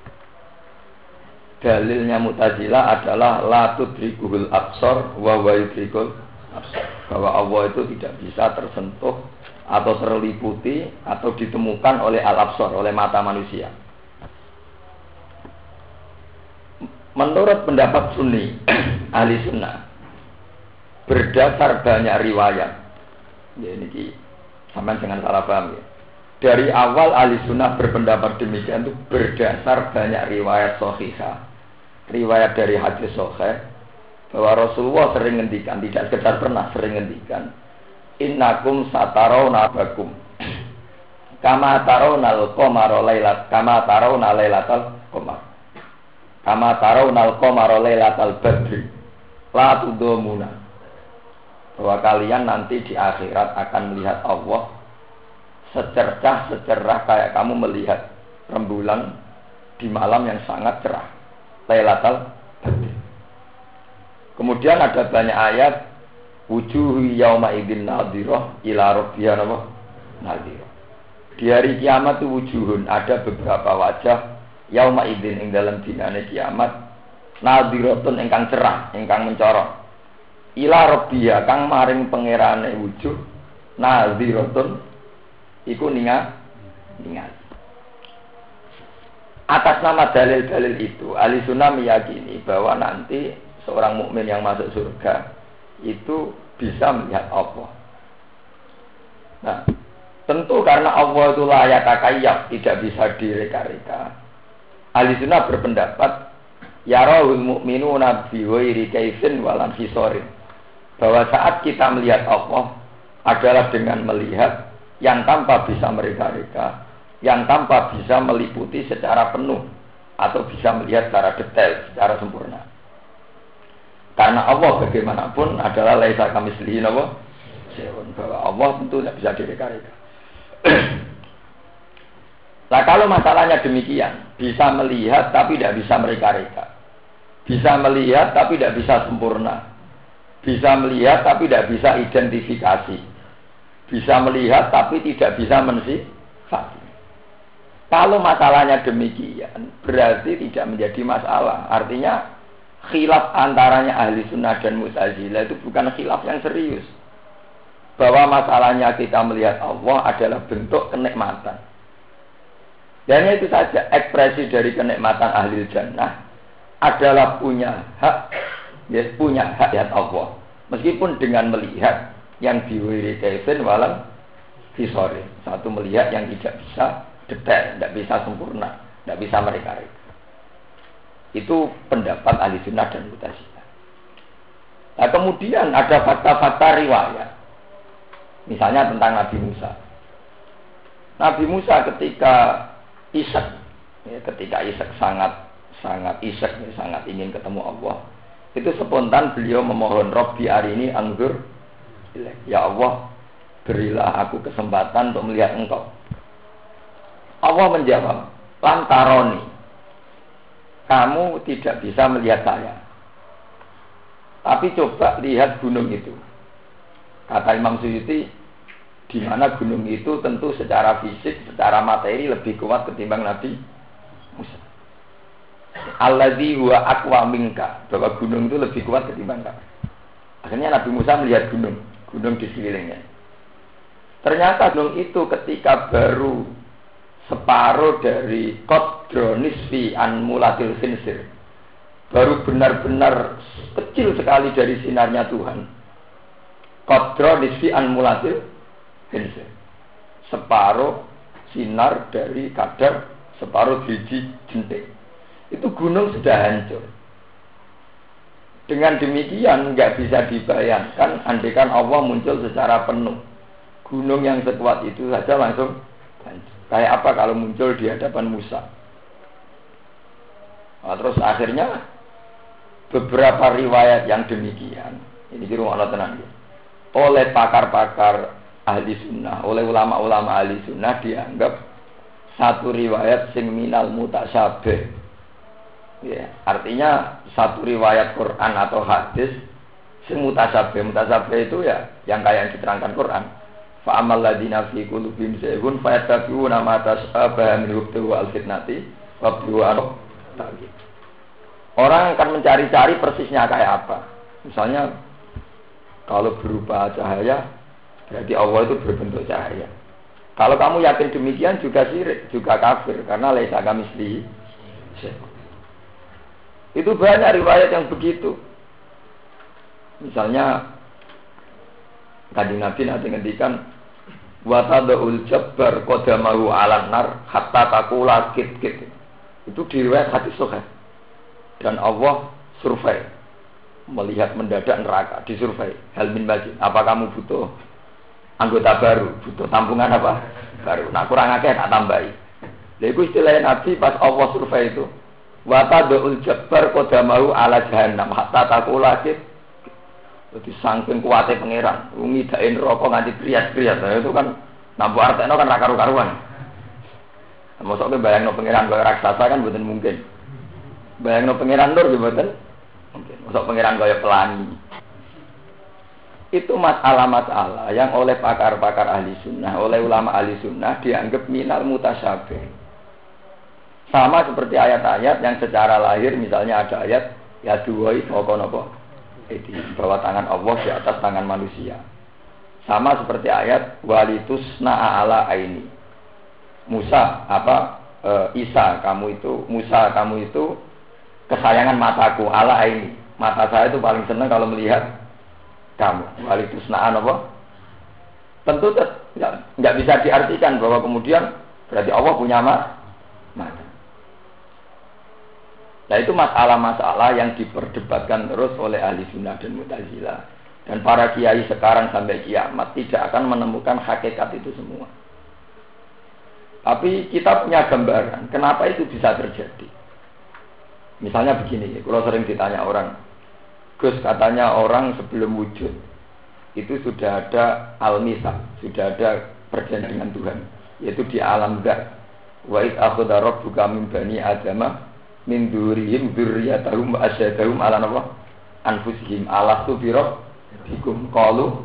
Dalilnya Mu'tazilah adalah la tudrikuhul absar wa wa yudrikul absar, bahwa Allah itu tidak bisa tersentuh atau terliputi atau ditemukan oleh al-absar, oleh mata manusia. Menurut pendapat Sunni, ahli sunnah, berdasar banyak riwayat, ya ini sampai dengan salah paham ya. Dari awal ahli sunnah berpendapat demikian itu berdasar banyak riwayat sahihah, riwayat dari hadis sahih, bahwa Rasulullah sering ngendikan, tidak sekedar pernah sering ngendikan, innakum satarawna bakum kama tarawnal qamara lailat kama tarawna lailatal qamar kama tarawnal qamara lailatal badri la tudamuna, bahwa kalian nanti di akhirat akan melihat Allah secercah secerah kayak kamu melihat rembulan di malam yang sangat cerah lailatal badri. Kemudian ada banyak ayat wujuhu yauma idzin nadhirah ila rabbiha nadhirah. Di hari kiamat itu wujuhun, ada beberapa wajah yauma idzin ing dalam dinane kiamat nadhiratun ingkang cerah, ingkang mencorong. Ila rabbiya kang maring pangerane wujud nadhiratun iku ninga ningal. Atas nama dalil-dalil itu, ahli sunnah meyakini bahwa nanti seorang mukmin yang masuk surga itu bisa melihat Allah. Nah, tentu karena Allah itu layak takayyaf, tidak bisa direka-reka. Ahli sunnah berpendapat yarahul mu'minuna bi ghairi kaifin walam fisorin, bahwa saat kita melihat Allah adalah dengan melihat yang tanpa bisa mereka-reka, yang tanpa bisa meliputi secara penuh atau bisa melihat secara detail, secara sempurna. Karena Allah bagaimanapun adalah laisa kamitslihi syai'un, bahwa Allah tentu tidak bisa direka-reka. Nah, kalau masalahnya demikian, bisa melihat tapi tidak bisa mereka-reka, bisa melihat tapi tidak bisa sempurna, bisa melihat tapi tidak bisa identifikasi, bisa melihat tapi tidak bisa mensifati. Kalau masalahnya demikian, berarti tidak menjadi masalah. Artinya khilaf antaranya ahli sunnah dan mu'tazilah itu bukan khilaf yang serius. Bahwa masalahnya kita melihat Allah adalah bentuk kenikmatan. Dan itu saja, ekspresi dari kenikmatan ahli jannah adalah punya hak, ya, punya hak lihat Allah. Meskipun dengan melihat yang diwiri kaifin walam fisorin, satu melihat yang tidak bisa detail, tidak bisa sempurna, tidak bisa mereka-reka. Itu pendapat ahli sunnah dan mu'tazilah. Nah, kemudian ada fakta-fakta riwayat, misalnya tentang Nabi Musa. Nabi Musa ketika Isyak, ya, ketika Isyak sangat sangat Isyak, ya, sangat ingin ketemu Allah, itu spontan beliau memohon, Robbi arini anzur, ya Allah, berilah aku kesempatan untuk melihat engkau. Allah menjawab, lantaroni, kamu tidak bisa melihat saya, tapi coba lihat gunung itu. Kata Imam Suyuti, di mana gunung itu tentu secara fisik, secara materi lebih kuat ketimbang Nabi Musa. Alladzi huwa aqwa minka, bahwa gunung itu lebih kuat ketimbang kamu. Akhirnya Nabi Musa melihat gunung, gunung di sekelilingnya. Ternyata gunung itu ketika baru separuh dari qadra nisfi an mulatil khinsir, baru benar-benar kecil sekali dari sinarnya Tuhan. Qadra nisfi an mulatil khinsir, separuh sinar dari kadar separuh biji jentik. Itu gunung sudah hancur. Dengan demikian nggak bisa dibayangkan andaikan Allah muncul secara penuh, gunung yang sekuat itu saja langsung hancur. Kayak apa kalau muncul di hadapan Musa? Nah, terus akhirnya beberapa riwayat yang demikian, ini di rumah Allah tenang ya, oleh pakar-pakar ahli sunnah, oleh ulama-ulama ahli sunnah dianggap satu riwayat sing minal mutasyabih. Ya, artinya satu riwayat Quran atau hadis sing mutasyabih. Mutasyabih itu ya yang kayak yang diterangkan Quran. Fa amal ladina fi qulubihim zaygun fayattabi'una ma tashabaha min ibtigha al-fitnati wa ibtigha ta'wil. Orang akan mencari-cari persisnya kayak apa. Misalnya kalau berupa cahaya, berarti Allah itu berbentuk cahaya. Kalau kamu yakin demikian juga syirik, juga kafir, karena laisa kamitslihi syai'un. Itu banyak riwayat yang begitu. Misalnya Kanjeng Nabi nanti ngendikan wa tadul jabbar qadamahu 'alan nar hatta taqula kit kit. Itu di riwayat hadis sahih. Dan Allah survei, melihat mendadak neraka, disurvei. Hal min majid, apa kamu butuh anggota baru, butuh tampungan apa baru? Nah, kurang akeh tak tambahi. Lha iku istilah Nabi pas Allah survei itu. Wa tadul jabbar qadamahu 'ala jahannam hatta taqula kit. Jadi saking kuatnya pangeran, ngidake neraka nganti kriat-kriat. Nah, itu kan nampu artekno kan ra karu-karuan. Mosok ke bayangno pangeran kaya raksasa kan mboten mungkin. Bayangno pangeran nur mboten mungkin. Mosok pangeran kaya pelangi. Itu masalah-masalah yang oleh pakar-pakar ahli sunnah, oleh ulama ahli sunnah dianggap minal mutasyabih. Sama seperti ayat-ayat yang secara lahir, misalnya ada ayat Ya dua itu apa? Itu bahwa tangan Allah di atas tangan manusia. Sama seperti ayat walitusna ala aini. Musa apa e, Isa kamu itu Musa kamu itu kesayangan mataku ala aini. Mata saya itu paling senang kalau melihat kamu. Walitusna apa? Tentu nggak bisa diartikan bahwa kemudian berarti Allah punya mata. Nah itu masalah-masalah yang diperdebatkan terus oleh ahli sunnah dan Mu'tazilah. Dan para kiai sekarang sampai kiamat tidak akan menemukan hakikat itu semua. Tapi kita punya gambaran kenapa itu bisa terjadi. Misalnya begini, kalau sering ditanya orang, Gus katanya orang sebelum wujud itu sudah ada al-mitsaq, sudah ada perjanjian dengan Tuhan, yaitu di alam zat. Wa id akhadha rabbuka min bani adama min dzurriyyahum dzurriyyatahum wa asyhadahum ala nafsihim anfusihim alastu bi rabbikum qalu.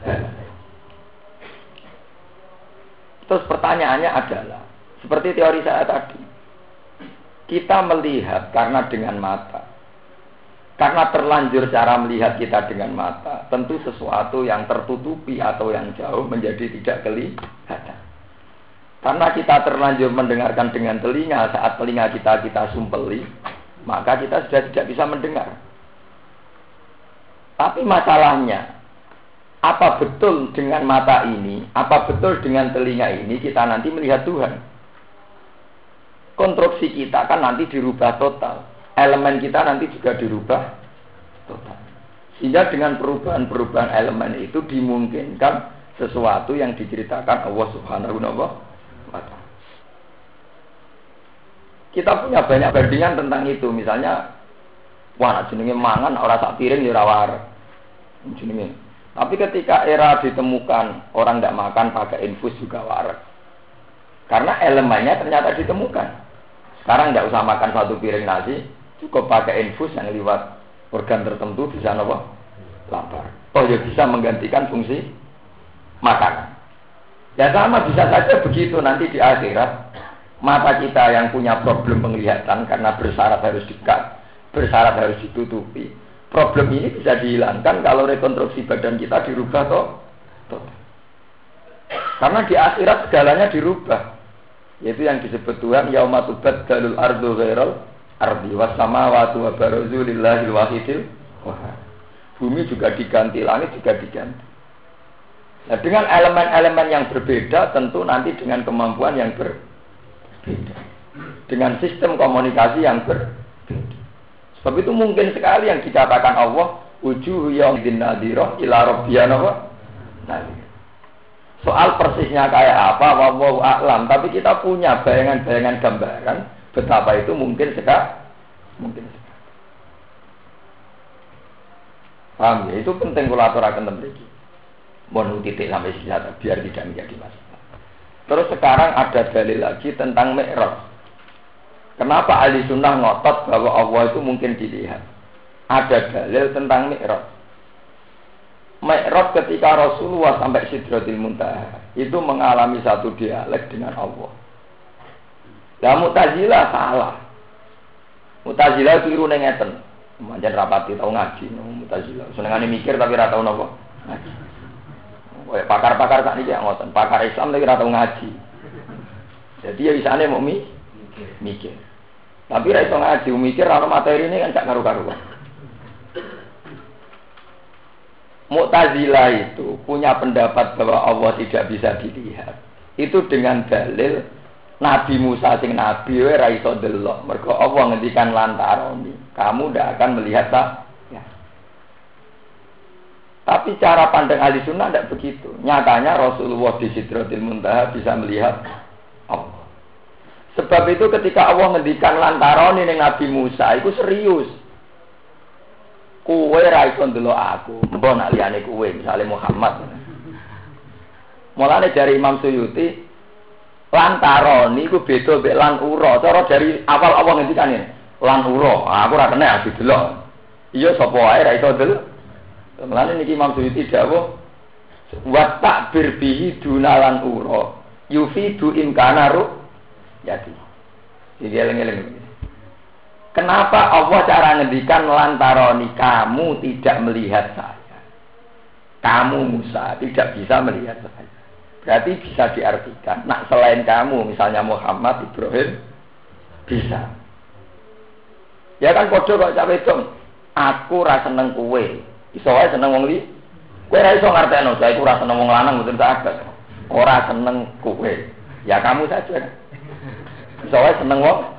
Terus pertanyaannya adalah seperti teori saya tadi. Kita melihat karena dengan mata. Karena terlanjur cara melihat kita dengan mata, tentu sesuatu yang tertutupi atau yang jauh menjadi tidak kelihatan. Karena kita terlanjur mendengarkan dengan telinga, saat telinga kita kita sumpeli, maka kita sudah tidak bisa mendengar. Tapi masalahnya, apa betul dengan mata ini, apa betul dengan telinga ini kita nanti melihat Tuhan? Konstruksi kita kan nanti dirubah total. Elemen kita nanti juga dirubah total. Sehingga dengan perubahan-perubahan elemen itu dimungkinkan sesuatu yang diceritakan Allah Subhanahu wa ta'ala. Kita punya banyak bandingan tentang itu. Misalnya, wah jenenge mangan ora sak piring ya ora wareg. Jenenge. Tapi ketika era ditemukan orang tidak makan pakai infus juga wareg. Karena elemennya ternyata ditemukan. Sekarang tidak usah makan satu piring nasi, cukup pakai infus yang lewat organ tertentu bisa nopo lapar. Oh ya bisa menggantikan fungsi makanan. Ya sama bisa saja begitu nanti di akhirat mata kita yang punya problem penglihatan karena bersyarat harus dekat, bersyarat harus ditutupi. Problem ini bisa dihilangkan kalau rekonstruksi badan kita dirubah toh. toh. Karena di akhirat segalanya dirubah. Yaitu yang disebut Tuhan yauma tubaddalul ardu ghairal ardi was samawati wa barazu lillahil wahidil wahhab. Bumi juga diganti, langit juga diganti. Nah, dengan elemen-elemen yang berbeda tentu nanti dengan kemampuan yang berbeda. Dengan sistem komunikasi yang berbeda. Sebab itu mungkin sekali yang dikatakan Allah wujuhu yawmin nadhirah ila rabbiyana wa nadhir. Soal persisnya kayak apa wallahu a'lam, tapi kita punya bayangan-bayangan gambaran betapa itu mungkin sekali. Mungkin sekali. Paham ya? Itu penting kalau aturaken mriki. Mohon titik sampai sini biar tidak menjadi masalah. Terus sekarang ada dalil lagi tentang Mi'raj. Kenapa ahli sunnah ngotot bahwa Allah itu mungkin dilihat? Ada dalil tentang Mi'raj. Mi'raj ketika Rasulullah sampai Sidratil Muntaha itu mengalami satu dialek dengan Allah. Lah Mu'tazilah salah. Mu'tazilah keliru ning ngeten. Manjen rapati tau ngaji Mu'tazilah. Senengane mikir tapi ora tau napa ngaji. Kowe pakar-pakar sak niki ngoten, pakar Islam tapi ora tau ngaji. Jadi ya isane mau mi mikir. Tapi ra iso ngaji, mikir ora materi ini kan gak karu-karuan. Mu'tazilah itu punya pendapat bahwa Allah tidak bisa dilihat. Itu dengan dalil Nabi Musa sing nabi wae ra iso delok. Mergo Allah ngendikan lantaroni, kamu ndak akan melihat tak? Ya. Tapi cara pandang ahli sunnah tidak begitu. Nyatanya Rasulullah di Sidratil Muntaha bisa melihat Allah. Sebab itu ketika Allah ngendikan lantaroni ning Nabi Musa, itu serius. Kowe ra iso ndelok aku, mbok nak liyane kowe, misale Muhammad. Mulane dari Imam Suyuti, lantaron niku beda mek lan ura. Cara dari awal Allah ngendikan ini, lan ura. Aku ora kena didelok. Iya sapa wae ra iso ndelok. Mulane niki Imam Suyuti dawuh, wa ta'bir bihi dunalan ura. Yufidu imkana ru yati. Iki eling-eling. Kenapa Allah cara ngendikan lantaroni kamu tidak melihat saya? Kamu Musa tidak bisa melihat saya. Berarti bisa diartikan, nah selain kamu, misalnya Muhammad, Ibrahim, bisa. Ya kan kode kok cawe dong. Aku ra seneng kowe. Iso wae seneng wong li. Kowe ra iso ngartekno, saya iku ra seneng wong lanang mboten saged. Ora seneng kowe. Ya kamu saja. Iso wae seneng wong.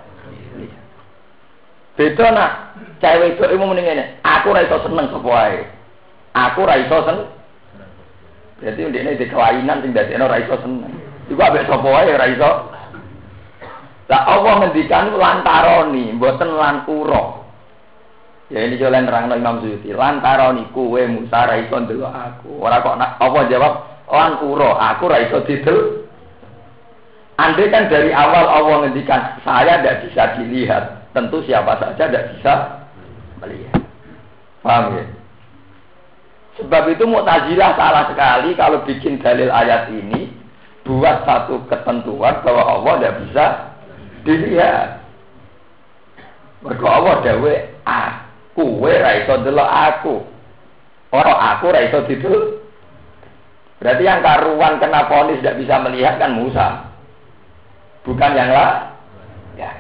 Beda nak cewek itu ilmu mending ngene. Aku ra iso seneng sapa wae. Aku ra iso seneng. Berarti ndekne di kelainan sing dadekno ra iso seneng. Iku ambek sapa wae ra iso. Lah Allah ngendikan lantaroni, mboten lan ura. Ya ini jalan nerangno Imam Suyuti. Lantaroni kowe Musa ra iso ndelok aku. Ora kok apa jawab lan ura, aku ra iso didel. Andai kan dari awal Allah ngendikan saya tidak bisa dilihat, tentu siapa saja tidak bisa melihat. Paham ya? Sebab itu Mu'tazilah salah sekali kalau bikin dalil ayat ini buat satu ketentuan bahwa Allah tidak bisa dilihat. Mergo Allah dawe aku kowe ra iso ndelok aku. Ora aku ra iso didel. Berarti yang karuan kena vonis tidak bisa melihat kan Musa. Bukan yang lain. Ya.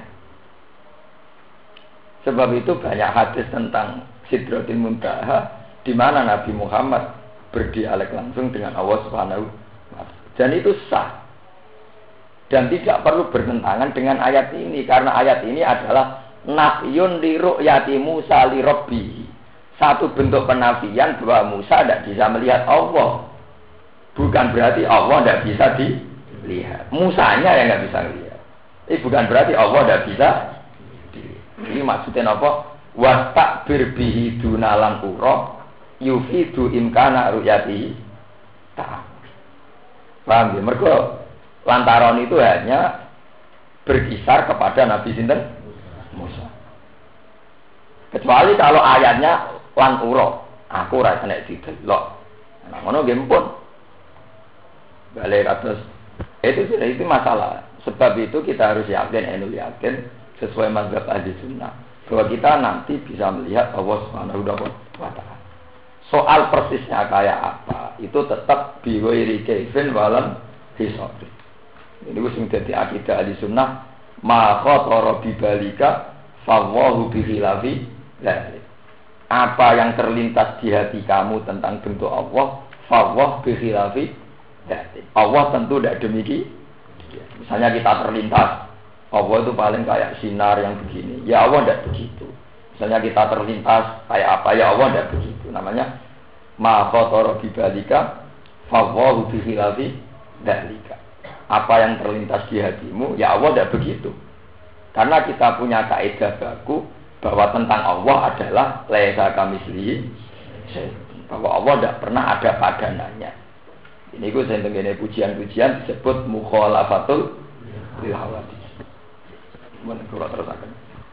Sebab itu banyak hadis tentang Sidratul Muntaha di mana Nabi Muhammad berdialek langsung dengan Allah Subhanahu wa taala. Dan itu sah. Dan tidak perlu bertentangan dengan ayat ini karena ayat ini adalah nafyun li ru'yati Musa li rabbihi. Satu bentuk penafian bahwa Musa tidak bisa melihat Allah. Bukan berarti Allah tidak bisa dilihat. Musanya yang tidak bisa melihat. Ini bukan berarti Allah tidak bisa dilihat. Ini maksudnya apa? Wastakbir bihi dunalan ura yufidu imkana ru'yati ta'am. Paham ya? Mereka lantaran itu hanya berkisar kepada Nabi Sinten Musa. Kecuali kalau ayatnya lan ura, aku ra kena didelok. Nah, ngono nggih pun. Balik atas itu sudah itu masalah. Sebab itu kita harus yakin, enul yakin sesuai mazhab ahli sunnah bahwa kita nanti bisa melihat Allah Subhanahu wa taala. Soal persisnya kayak apa itu tetap biwairi kaifin walam hisabri. Ini wis sing dadi akidah ahli sunnah ma khatara bibalika fawahu bihilafi dzalik. Apa yang terlintas di hati kamu tentang bentuk Allah fawah bihilafi dzalik. Allah tentu tidak demikian. Misalnya kita terlintas Allah itu paling kayak sinar yang begini. Ya Allah tidak begitu. Misalnya kita terlintas kayak apa, ya Allah tidak begitu. Namanya ma khatara bibalika fawahu bihilafi dzalika. Apa yang terlintas di hatimu, ya Allah tidak begitu. Karena kita punya kaidah baku bahwa tentang Allah adalah laisa kamitslihi syai'un. Bahwa Allah tidak pernah ada padanannya. Ini gue sendiri pujian-pujian disebut mukhalafatul lil hawadits. Mun kula terusaken.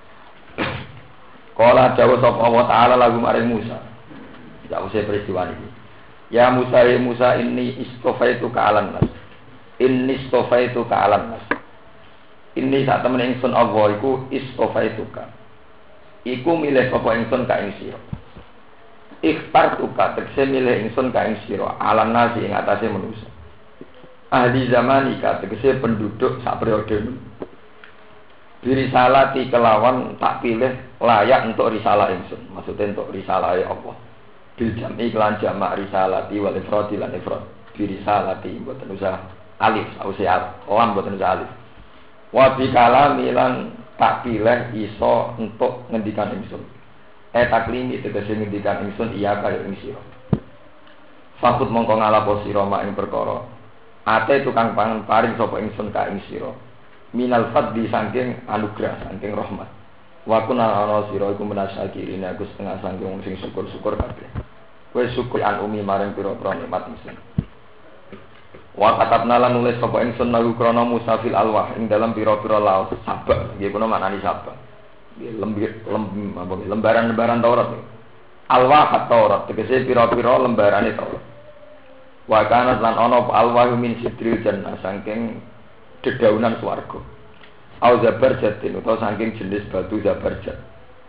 Qala dawu sapa Allah taala lagu maring Musa. Tidak usah peristiwa ini. Ya Musa, ya Musa ini istofaituka alan nas. Inni istofaituka alan nas. Ini saat temen ingsun Allah iku istofaituka. Iku milih sapa ingsun ka ing sira. Ikhtar tuka tegese milih ingsun ka ing sira alan nas ing atase manusa. Ahli zamanika tegese penduduk sak periode. Birisalati kelawan tak pilih layak untuk risalah ingsun. Maksudnya untuk risalah Allah. Bil jam'i kelan jamak risalati wal ifradi lan ifrad. Birisalati mboten usah alif, usah lam mboten usah alif. Wa bi kalami lan tak pilih iso untuk ngendikan ingsun. Eh taklimi tegese ngendikan ingsun iya kaya ing sira. Fakut mongko ngalapo sira mak ing perkara. Ate tukang pangan paring sapa ingsun ka ing sira. Minal fadli saking anugerah saking rahmat. Wa kunna ana sira iku menasakirin aku setengah saking sing syukur-syukur kabeh. Kowe syukur an umi maring pira-pira nikmat ingsun. Wa katabna lan nulis sapa ingsun lagu krana Musa fil alwah ing dalam pira-pira laut sabak nggih kuna maknani sabak. Nggih lembir lem apa lembaran-lembaran Taurat. Alwah at-Taurat tegese pira-pira lembarane Taurat. Wa kana lan ana alwah min sidril jannah saking dedaunan swarga. Au zabarjatin utawa saking jenis batu zabarjat.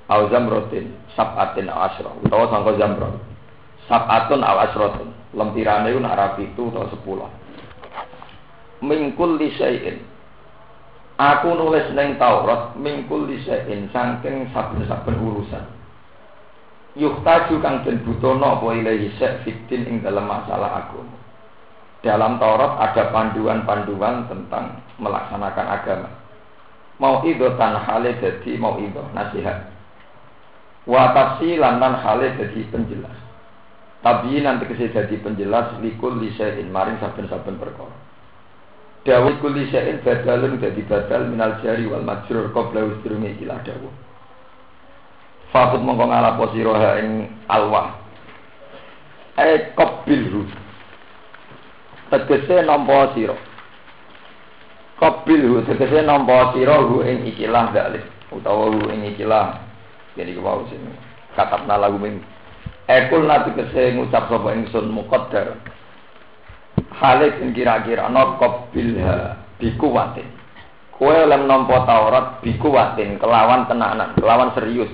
au zamratin sab'atin aw asra utawa sangka zamrat sab'atun aw asratun lempirane ku nak rapi itu utawa sepuluh mingkul lisain aku nulis ning Taurat mingkul lisain saking saben-saben urusan yuhtaju kang den butono apa ilahi fitin ing dalam masalah agama. Dalam Taurat ada panduan-panduan tentang melaksanakan agama. Mau itu tan hale dadi mau itu nasihat. Wa tafsilan lan hale dadi penjelas. Tabi nanti kese dadi penjelas likul lisain maring saben-saben perkara. Dawuh kul lisain badalun dadi badal minal jari wal majrur qabla usrumi ila dawuh. Fakut mongko ngalapo sira ing alwah. E qabilhu. Tegese nampa sira. Qabilhu tegese nampa sira hu ing ikilah dalil utawa hu ing ikilah. Jadi kawau sini. Katabna lagu ming. Ekul nate kese ngucap sapa ingsun muqaddar. Hale sing kira-kira ana qabilha bikuwatin. Kowe lem nampa Taurat bikuwatin kelawan tenanan, kelawan serius.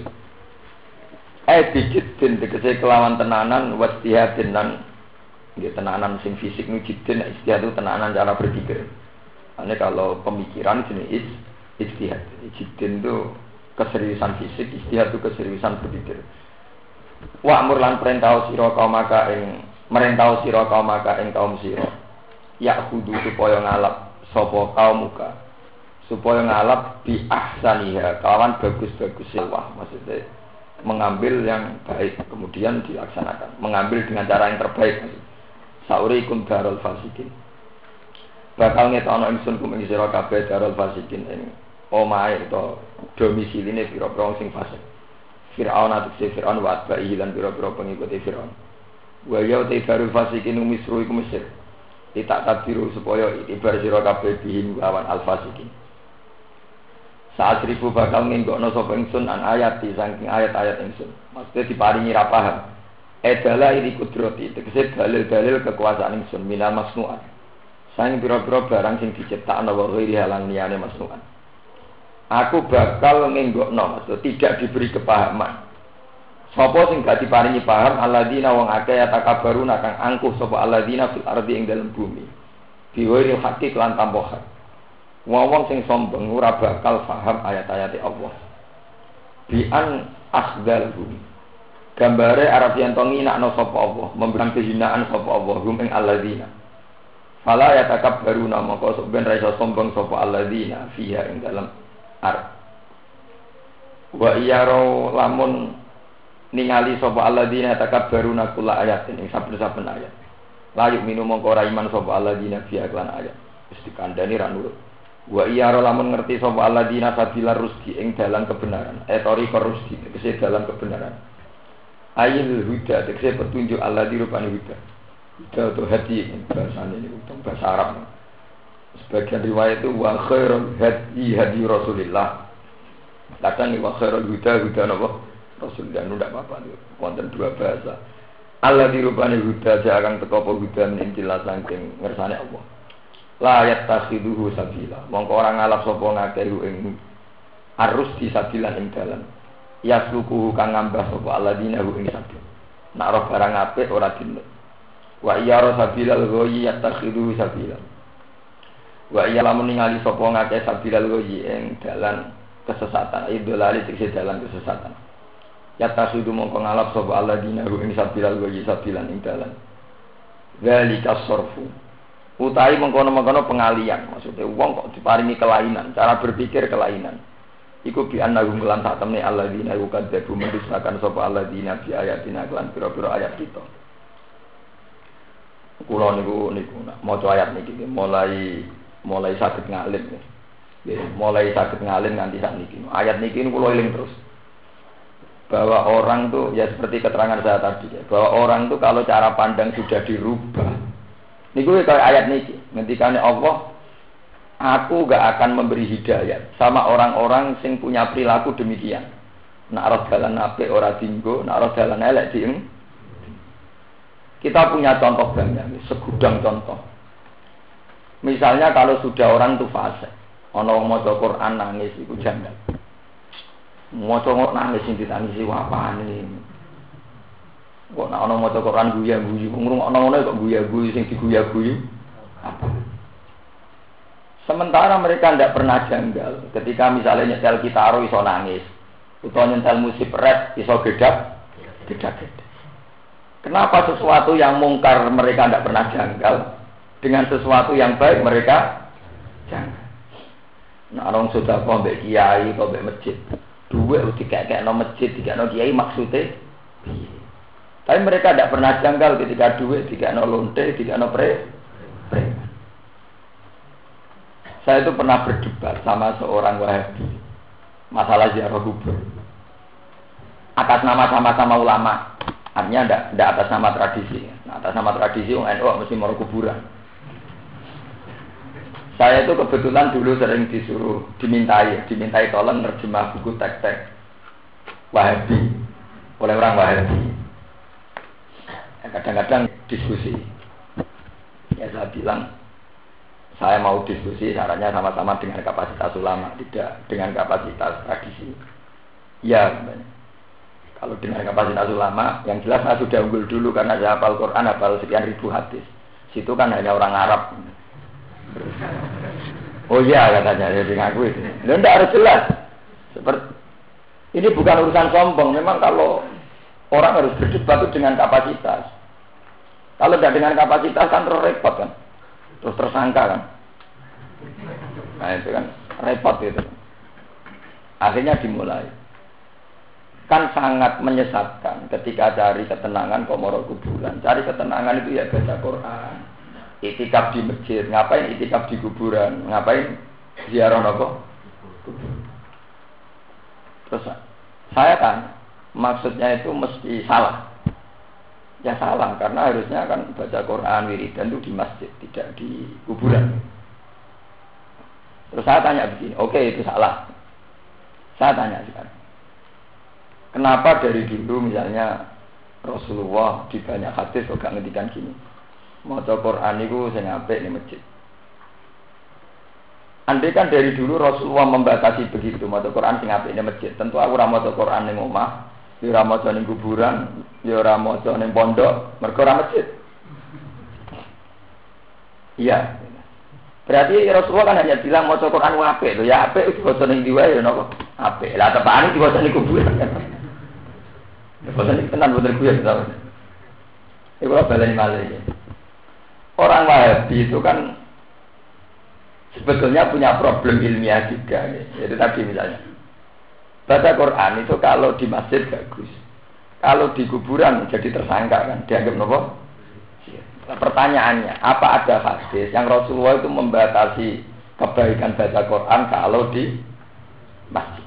Eh dijidin tegese kelawan tenanan wastihadin lan nggih tenanan sing fisik nu jidin istihad itu tenanan cara berpikir. Ane kalau pemikiran jenis istihad. Jidin itu keseriusan fisik, istihad itu keseriusan berpikir. Wa amur lan perintah sira kaum maka ing merintah sira kaum maka ing kaum sira. Ya kudu supaya ngalap sapa kaum muka. Supaya ngalap bi ahsaniha kawan bagus-bagus wah maksudnya mengambil yang baik kemudian dilaksanakan, mengambil dengan cara yang terbaik. Saurikum darul fasikin. Bakal ngetokno ingsun kum ing sira kabeh darul fasikin ing omahe utawa domisiline pira-pira sing fasik. Fir'aun atau Fir'aun wa atba'ihi lan pira-pira pengikuti Fir'aun. Wa ya te darul fasikin misru iku Mesir. Tidak tabiru supaya itibar sira kabeh bihin lawan al fasikin. Saat ribu bakal nginggokno sapa ingsun an ayat di saking ayat-ayat ingsun. Maksudnya diparingi ra paham. Edala ini kudrati tegese dalil-dalil kekuasaan ingsun minal masnu'at. Saing pira-pira barang sing diciptakno wa ghairi halang liyane masnu'at. Aku bakal nginggokno maksud tidak diberi kepahaman. Sapa sing gak diparingi paham alladzina wong akeh atakabaruna kang angkuh sapa alladzina fil ardi ing dalem bumi. Biwiri hakik lan tampa hak. Wong sing sombong ora bakal paham ayat-ayat Allah. Bi an akhdalhu. Gambare Arab yen to nginakno sapa Allah, memberikan kehinaan sapa Allah hum ing alladzina. Fala yatakabbaruna maka sok ben ra iso sombong sapa alladzina fiha ing dalem ar. Wa iyaro lamun ningali sapa alladzina takabbaruna kula ayatin ing saben-saben ayat. Layuk minum mongko ora iman sapa alladzina fiha lan ayat. Wis dikandani ra nurut. Wa iyaro lamun ngerti sapa alladzina sabilar rusdi ing dalan kebenaran. Etori korusdi tegese dalan kebenaran. Ayil huda tegese petunjuk alladzi rupane huda. Huda atau hati bahasane niku bahasa Arab. Sebagian riwayat itu wa khairul hadi hadi Rasulillah. Kadang wa khairul huda huda napa? Rasulullah nu ndak apa-apa niku. Wonten dua bahasa. Allah dirubani huda jarang teko apa huda min jelas saking ngersane Allah. La yattakhidhuhu sabila. Mongko ora ngalap sapa ngakeh ing arus di sabila ing dalan. Yasluku kang ngambah sapa alladzina ing sabil. Nek ora barang apik ora dinut. Wa iyara sabilal ghayyi yattakhidhuhu sabila. Wa iya lamun ningali sapa ngakeh sabilal ghayyi ing dalan kesesatan, idolali tegese dalan kesesatan. Yatakhidu mongko ngalap sapa alladzina ing sabilal ghayyi sabilan ing dalan. Zalika sarfu. Utahi mengkono-mengkono pengalian, maksudnya wong kok diparingi kelainan, cara berpikir kelainan. Iku bi annahum lan sak temne alladzina yukadzibu mendustakan sapa alladzina bi ayatina lan pira-pira ayat kita. Kula niku niku maca ayat niki mulai mulai saged ngalim nggih. Mulai saged ngalim nganti sak niki. Ayat niki kula eling terus. Bahwa orang tuh ya seperti keterangan saya tadi ya, bahwa orang tuh kalau cara pandang sudah dirubah. Niku kayak ayat niki, ngendikane Allah, aku gak akan memberi hidayah sama orang-orang sing punya perilaku demikian. Nak ora dalan apik ora dinggo, nak ora dalan elek dieng. Kita punya contoh banyak, segudang contoh. Misalnya kalau sudah orang itu fasik, ana wong maca Quran nangis iku janggal. Maca kok nangis sing ditangisi apane. Kok nek ana maca Quran guyu-guyu, ngrungokno ngono kok guyu-guyu sing diguyu-guyu. Apa? Sementara mereka tidak pernah janggal ketika misalnya nyetel kitaro iso nangis, utawa nyetel musik rap iso gedak, gedak-gedak. Kenapa sesuatu yang mungkar mereka tidak pernah janggal, dengan sesuatu yang baik mereka janggal? Nah, orang sudah kau mbek kiai, kau mbek masjid, duit dikek-kekno masjid, dikekno kiai maksudnya, tapi mereka tidak pernah janggal ketika duit dikekno lonte, dikekno pre, pre. Saya itu pernah berdebat sama seorang Wahabi masalah ziarah kubur atas nama sama-sama ulama, artinya tidak tidak atas nama tradisi. Nah, atas nama tradisi orang N U mesti mau kuburan. Saya itu kebetulan dulu sering disuruh dimintai dimintai tolong nerjemah buku teks-teks Wahabi oleh orang Wahabi. Kadang-kadang diskusi, ya saya bilang saya mau diskusi sarannya sama-sama dengan kapasitas ulama, tidak dengan kapasitas tradisi. Ya, kalau dengan kapasitas ulama, yang jelas saya sudah unggul dulu karena saya hafal Quran, hafal sekian ribu hadis. Situ kan hanya orang Arab. Oh iya katanya, jadi ngaku itu. Lo tidak harus jelas. Seperti ini bukan urusan sombong. Memang kalau orang harus berdebat itu dengan kapasitas. Kalau tidak dengan kapasitas kan terus repot kan. Terus tersangka kan. Nah itu kan repot itu. Akhirnya dimulai. Kan sangat menyesatkan ketika cari ketenangan kok moro kuburan. Cari ketenangan itu ya baca Quran. Itikaf di masjid. Ngapain itikaf di kuburan? Ngapain ziarah nopo? Terus saya kan maksudnya itu mesti salah. Ya salah, karena harusnya kan baca Quran, wiridan itu di masjid, tidak di kuburan. Terus saya tanya begini, oke okay, itu salah. Saya tanya sekarang, kenapa dari dulu misalnya Rasulullah di banyak hadis kok gak ngendikan gini, maca Quran itu sing apik di masjid. Andai kan dari dulu Rasulullah membatasi begitu, maca Quran sing apik di masjid, tentu aku ora maca Quran ning omah. Ya ora maca ning kuburan, ya ora maca ning pondok, mergo ora masjid. Iya. Berarti Rasulullah kan hanya bilang maca Quran ku apik lho, ya apik diwaca ning ndi wae ya napa? Apik. Lah tepane diwaca ning kuburan kan. Diwaca ning tenan bener kuwi ya. Iku ora baleni malih. Orang Wahabi itu kan sebetulnya punya problem ilmiah juga. Jadi tadi misalnya baca Quran itu kalau di masjid bagus, kalau di kuburan jadi tersangka kan, dianggap nopo. Pertanyaannya, apa ada hadis yang Rasulullah itu membatasi kebaikan baca Quran kalau di masjid?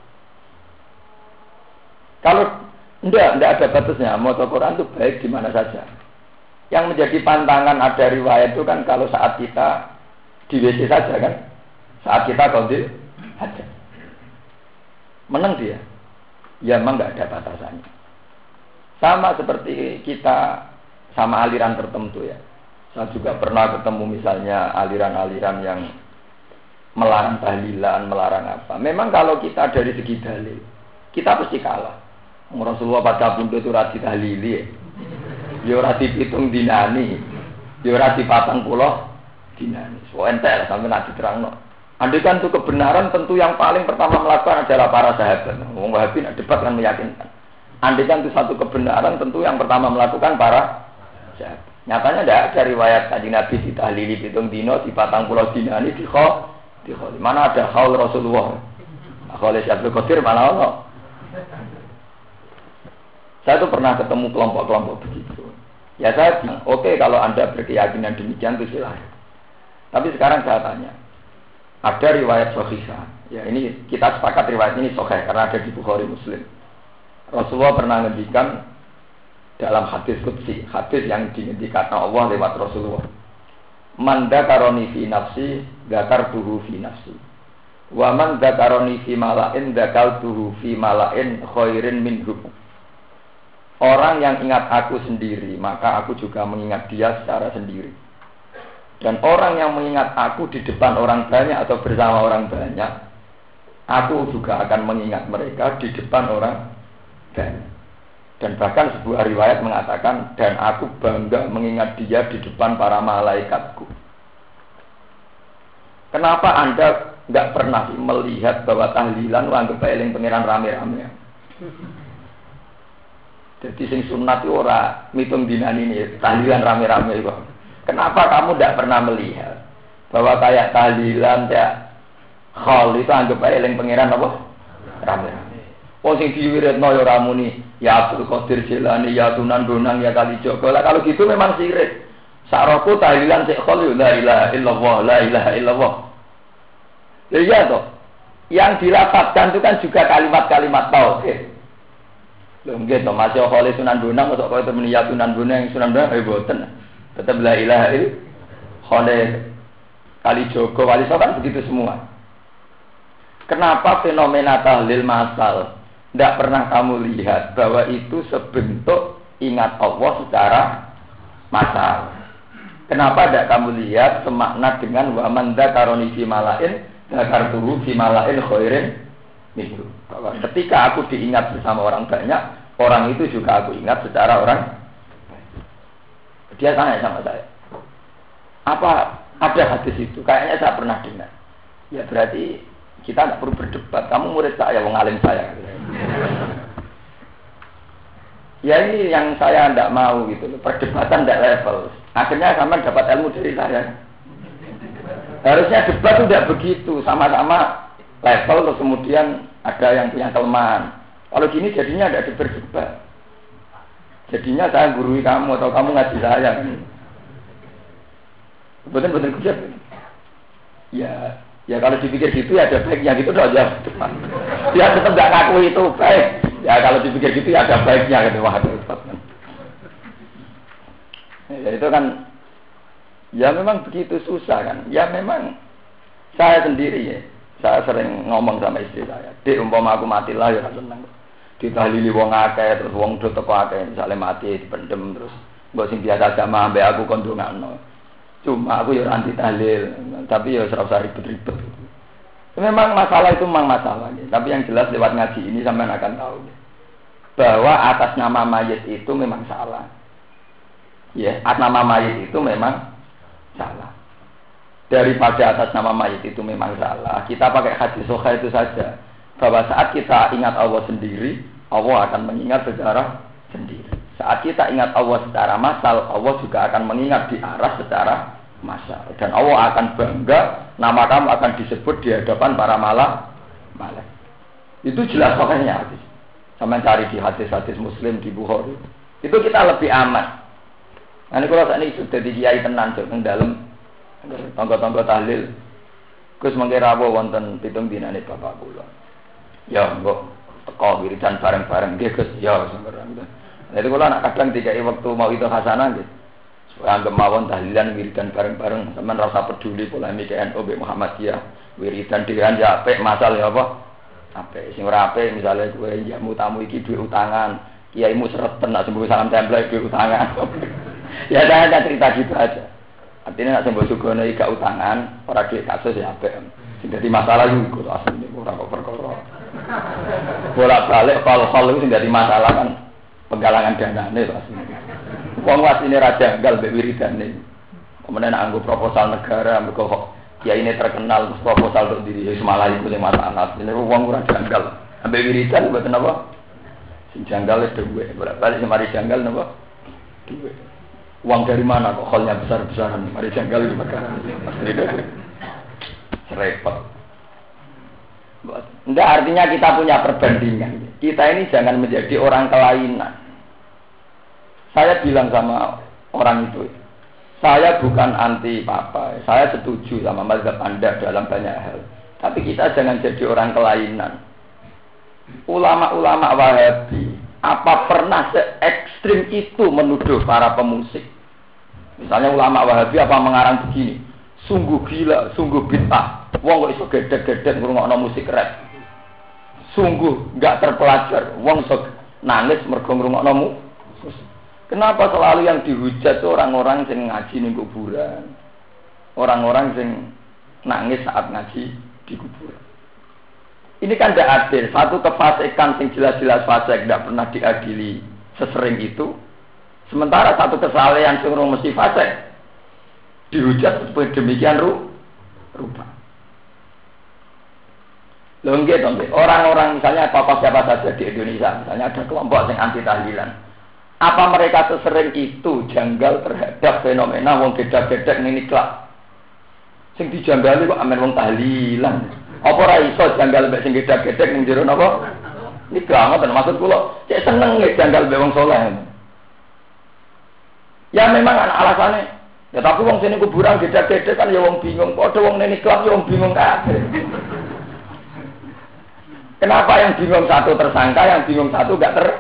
Kalau enggak, enggak ada batasnya. Baca Quran itu baik di mana saja. Yang menjadi pantangan ada riwayat itu kan kalau saat kita di W C saja kan, saat kita qadil hajat. Menang dia, ya memang nggak ada batasannya. Sama seperti kita sama aliran tertentu ya. Saya juga pernah ketemu misalnya aliran-aliran yang melarang tahlilan, melarang apa. Memang kalau kita dari segi dalil, kita pasti kalah. Rasulullah pada buntu itu rati tahlili, ya rati pitung dinani, ya rati patang pulau dinani. So entek sampai nanti terang no. Andai kan itu kebenaran, tentu yang paling pertama melakukan adalah para sahabat. Wong Wahabi nak debat kan meyakinkan. Andai kan itu satu kebenaran, tentu yang pertama melakukan para sahabat. Nyatanya tidak ada riwayat Kanjeng Nabi ditahlili pitung dino di patang pulau dinani di kho, di kho. Mana ada khaul Rasulullah? Khaul Syaikhul Qadir mana Allah? Saya tuh pernah ketemu kelompok-kelompok begitu. Ya saya bilang, oke okay, kalau Anda berkeyakinan demikian itu silahkan. Tapi sekarang saya tanya. Ada riwayat sahihah. Ya ini kita sepakat riwayat ini sahih karena ada di Bukhari Muslim. Rasulullah pernah ngendikan dalam hadis qudsi, hadis yang dingendikan Allah lewat Rasulullah. Man dzakaroni fi nafsi, dzakartuhu fi nafsi. Wa man dzakaroni fi mala'in, dzakartuhu fi mala'in khairin minhu. Orang yang ingat aku sendiri, maka aku juga mengingat dia secara sendiri. Dan orang yang mengingat aku di depan orang banyak atau bersama orang banyak, aku juga akan mengingat mereka di depan orang banyak. Dan bahkan sebuah riwayat mengatakan, dan aku bangga mengingat dia di depan para malaikatku. Kenapa Anda nggak pernah melihat bahwa tahlilan anggap eling pangeran rame-rame? Jadi sing sunat itu ora mitung dinan ini tahlilan rame-rame itu. Kenapa kamu tidak pernah melihat bahwa kayak tahlilan ya khol itu anggap eling pangeran apa? Rame-rame. Oh sing diwiridno ya ora muni ya Abdul Qadir Jilani ya Sunan Bonang ya Kalijaga. Lah kalau gitu memang sirik. Sakroku tahlilan sik khol la ilaha illallah la ilaha illallah. Ya iya toh. Yang dilafadzkan itu kan juga kalimat-kalimat tauhid. Lho nggih to masih khol Sunan Bonang kok kok temeni ya Sunan Bonang Sunan Bonang eh boten. Tetap la ilaha illallah khol Kalijaga wali kan begitu semua. Kenapa fenomena tahlil masal tidak pernah kamu lihat bahwa itu sebentuk ingat Allah secara masal? Kenapa tidak kamu lihat semakna dengan wa man dzakaroni fi malain dzakartuhu fi malain khairin minhu? Bahwa ketika aku diingat bersama orang banyak, orang itu juga aku ingat secara orang. Dia tanya sama saya, apa ada hadis itu? Kayaknya saya pernah dengar. Ya berarti kita tidak perlu berdebat. Kamu murid saya, wong alim saya. Ya ini yang saya tidak mau gitu loh. Perdebatan tidak level. Akhirnya sama dapat ilmu dari saya. Harusnya debat itu tidak begitu. Sama-sama level terus kemudian ada yang punya kelemahan. Kalau gini jadinya tidak berdebat. Jadinya saya gurui kamu atau kamu ngaji saya. Betul-betul kerja. Ya. Ya kalau dipikir gitu ya ada baiknya gitu dong ya. Dia tetap nggak ngaku itu baik. Ya kalau dipikir gitu ya ada baiknya gitu wah itu. Ya itu kan ya memang begitu susah kan. Ya memang saya sendiri ya. Saya sering ngomong sama istri saya. Dek umpama aku mati lah ya seneng. Ditahlili wong akeh terus wong do teko akeh misale mati dipendem terus mbok sing biasa jamaah mbek aku kon ndongakno. Cuma aku ya anti tahlil, tapi ya serap usah ribet-ribet. Memang masalah itu memang masalah, ya. Tapi yang jelas lewat ngaji ini sampean akan tahu ya. Bahwa atas nama mayit itu memang salah. Ya, atas nama mayit itu memang salah. Daripada atas nama mayit itu memang salah, kita pakai hadis sahih itu saja. Bahwa saat kita ingat Allah sendiri, Allah akan mengingat secara sendiri. Saat kita ingat Allah secara masal, Allah juga akan mengingat di arah secara masal. Dan Allah akan bangga, nama kamu akan disebut di hadapan para malak. malak. Itu jelas pokoknya hadis. Sama cari di hadis-hadis Muslim di Bukhari. Itu kita lebih aman. Nah ini kalau saat ini sudah di kiai tenan jauh dalam tonggo-tonggo tahlil. Gus mengira apa wonten pitung dinane bapak kula. Ya, mbok teko wiridan bareng-bareng nggih Gus. Ya, sembarang. Jadi kalau anak kadang tiga waktu mau itu hasanah gitu, supaya anggap mawon tahlilan wiridan bareng-bareng, teman rasa peduli polemik N U B Muhammadiyah, wiridan dirian ya apik, masal ya apa? Apik, sing ora apik misalnya gue jamu tamu iki duwe utangan, kiaimu sereten nak sembuh salam tempel duwe utangan. Ya saya ada cerita gitu aja. Artinya nak sembuh sugono iki gak utangan, ora duwe kasus ya apik. Sing dadi masalah iku kok asline ora kok perkara. Bolak-balik hal-hal itu sing dadi masalah kan. Penggalangan dana nih pasti. Wong was ini raja gal bewiridane. Kemudian anggo proposal negara, mergo kok kiai ini terkenal terus proposal untuk diri semalah itu yang masalah. Ini wong ora janggal. Ambek wiridan mboten apa? Sing janggal itu duwe. Balik semari janggal napa? Duwe. Uang dari mana kok halnya besar-besaran? Mari janggal itu perkara. Repot. Enggak artinya kita punya perbandingan. Kita ini jangan menjadi orang kelainan. Saya bilang sama orang itu, saya bukan anti papa, saya setuju sama mazhab Anda dalam banyak hal. Tapi kita jangan jadi orang kelainan. Ulama-ulama Wahabi, apa pernah se ekstrim itu menuduh para pemusik? Misalnya ulama Wahabi apa mengarang begini, sungguh gila, sungguh bid'ah. Wong kok iso gedhe-gedhe ngrungokno musik rap. Sungguh enggak terpelajar. Wong iso nangis mergo ngrungokno musik. Kenapa selalu yang dihujat itu orang-orang yang ngaji ning kuburan? Orang-orang yang nangis saat ngaji di kuburan. Ini kan tidak adil. Satu kefasikan yang jelas-jelas fasik tidak pernah diadili sesering itu. Sementara satu kesalahan yang mesti fasik dihujat demikian ru, rupa. Loh nggih to nggih. Orang-orang misalnya apa siapa saja di Indonesia, misalnya ada kelompok yang anti tahlilan. Apa mereka sesering itu janggal terhadap fenomena wong gedhe-gedhe ning nikah? Sing dijanggali kok amen wong tahlilan. Apa ora iso janggal mbek sing gedhe-gedhe ning jero napa? Nikah ngoten maksud kula. Cek seneng nek janggal mbek wong saleh. Ya memang ana alasane. Ya tapi wong sini kuburan gedhe-gedhe kan ya wong bingung. Padha wong ning nikah ya wong bingung kabeh. Kenapa yang bingung satu tersangka, yang bingung satu enggak ter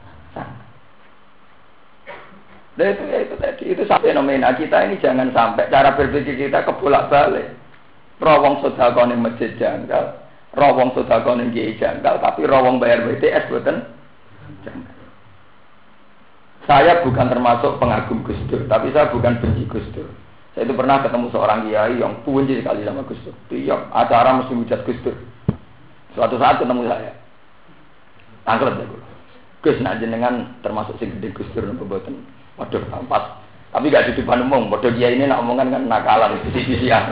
Nah itu ya itu tadi itu fenomena kita ini jangan sampai cara berpikir kita kebolak-balik. Rawong sedekah ning masjid janggal, rawong sedekah ning kiai janggal, tapi rawong bayar B T S boten janggal. Saya bukan termasuk pengagum Gus Dur, tapi saya bukan benci Gus Dur. Saya itu pernah ketemu seorang kiai yang benci sekali sama Gus Dur. Tiap acara mesti hujat Gus Dur. Suatu saat ketemu saya, tangklet ya Gus, nak jenengan termasuk sing gede Gus Dur napa boten? Waduh, pas. Tapi gak di depan umum. Waduh dia ini nak omongan kan nakalan, sisi-sisian.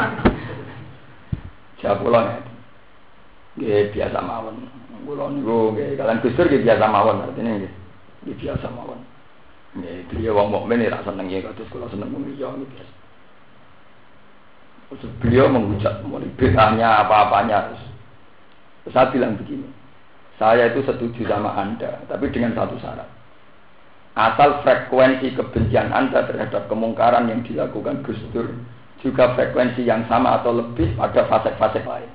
Jawab kula nek. Nggih biasa mawon. Kula niku nggih kalian Gus Dur nggih biasa mawon artine nggih. Nggih biasa mawon. Nggih beliau wong mukmin ora seneng ya kados kula seneng wong liya nggih biasa. Terus beliau menghujat mulai bid'ahnya apa-apanya. Terus saya bilang begini. Saya itu setuju sama Anda, tapi dengan satu syarat. Asal frekuensi kebencian Anda terhadap kemungkaran yang dilakukan Gus Dur juga frekuensi yang sama atau lebih pada fasik-fasik lain.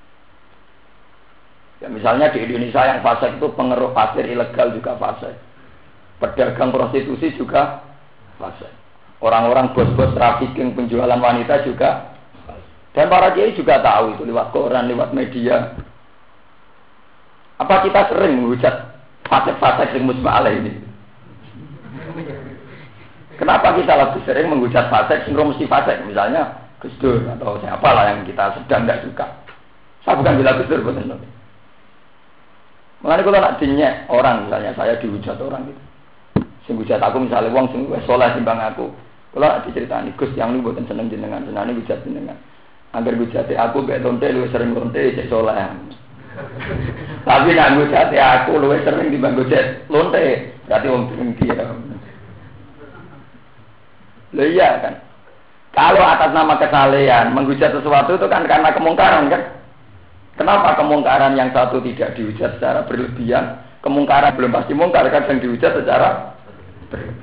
Ya misalnya di Indonesia yang fasik itu pengeruk pasir ilegal juga fasik. Pedagang prostitusi juga fasik. Orang-orang bos-bos trafficking penjualan wanita juga fasik. Dan para kiai juga tahu itu lewat koran, lewat media. Apa kita sering menghujat fasik-fasik yang musma'alah ini? Kenapa kita lebih sering menghujat fasik, sindrom mesti fasik, misalnya Gus Dur atau siapalah yang kita sedang tidak suka. Saya bukan bilang Gus Dur, betul. Mengenai kalau nak dinyek orang, misalnya saya dihujat orang gitu. Sing hujat aku misalnya wong sing wis saleh timbang aku. Kalau nak diceritani Gus yang lu boten seneng jenengan, senane hujat jenengan. Angger hujate aku mek lonte luwih sering lonte cek saleh. Tapi nak hujate aku luwih sering timbang hujat lonte, berarti wong dengki ya. Loh iya kan. Kalau atas nama kesalehan menghujat sesuatu itu kan karena kemungkaran kan. Kenapa kemungkaran yang satu tidak dihujat secara berlebihan, kemungkaran belum pasti mungkar kan yang dihujat secara berlebihan.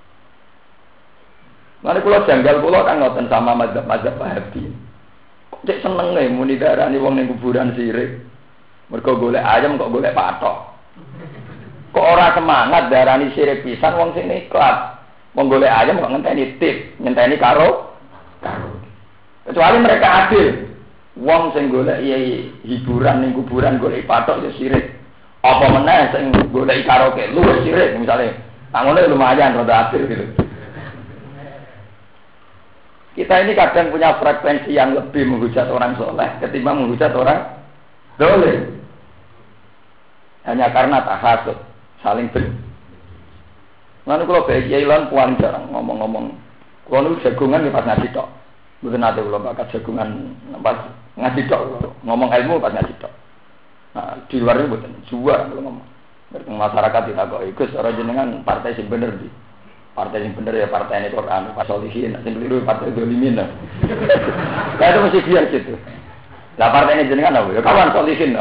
Nanti kalau janggal kalau kan ngoten sama mazhab-mazhab Wahabi. Kok cek seneng nih muni darani wong ning kuburan sirik. Mergo golek ayam kok golek patok. Kok ora semangat darani sirik pisan wong sing ikhlas. Menggolek ayam kok ngenteni tip, ngenteni karo karo. Kecuali mereka adil. Wong sing golek hiburan ning kuburan golek patok ya sirik. Apa meneh sing golek karaoke luwih sirik misale. Tangone lumayan rada adil gitu. Kita ini kadang punya frekuensi yang lebih menghujat orang soleh ketimbang menghujat orang dolim. Hanya karena tahasud, saling benci. Lalu kalau baik kiai lan paling jarang ngomong-ngomong. Kalau nu jagungan ya pas ngaji tok. Mboten ate kula bakat jagungan pas ngaji tok. Ngomong ilmu pas ngaji tok. Nah, di luar itu mboten jual kalau ngomong. Bertemu masyarakat ditakoki, "Gus, ora jenengan partai sing bener di?" Partai sing bener ya partai ini Quran, Pak Solihin, sing keliru partai dolimin. Lah itu mesti biar gitu. Lah partai ini jenengan apa? Ya kawan Solihin.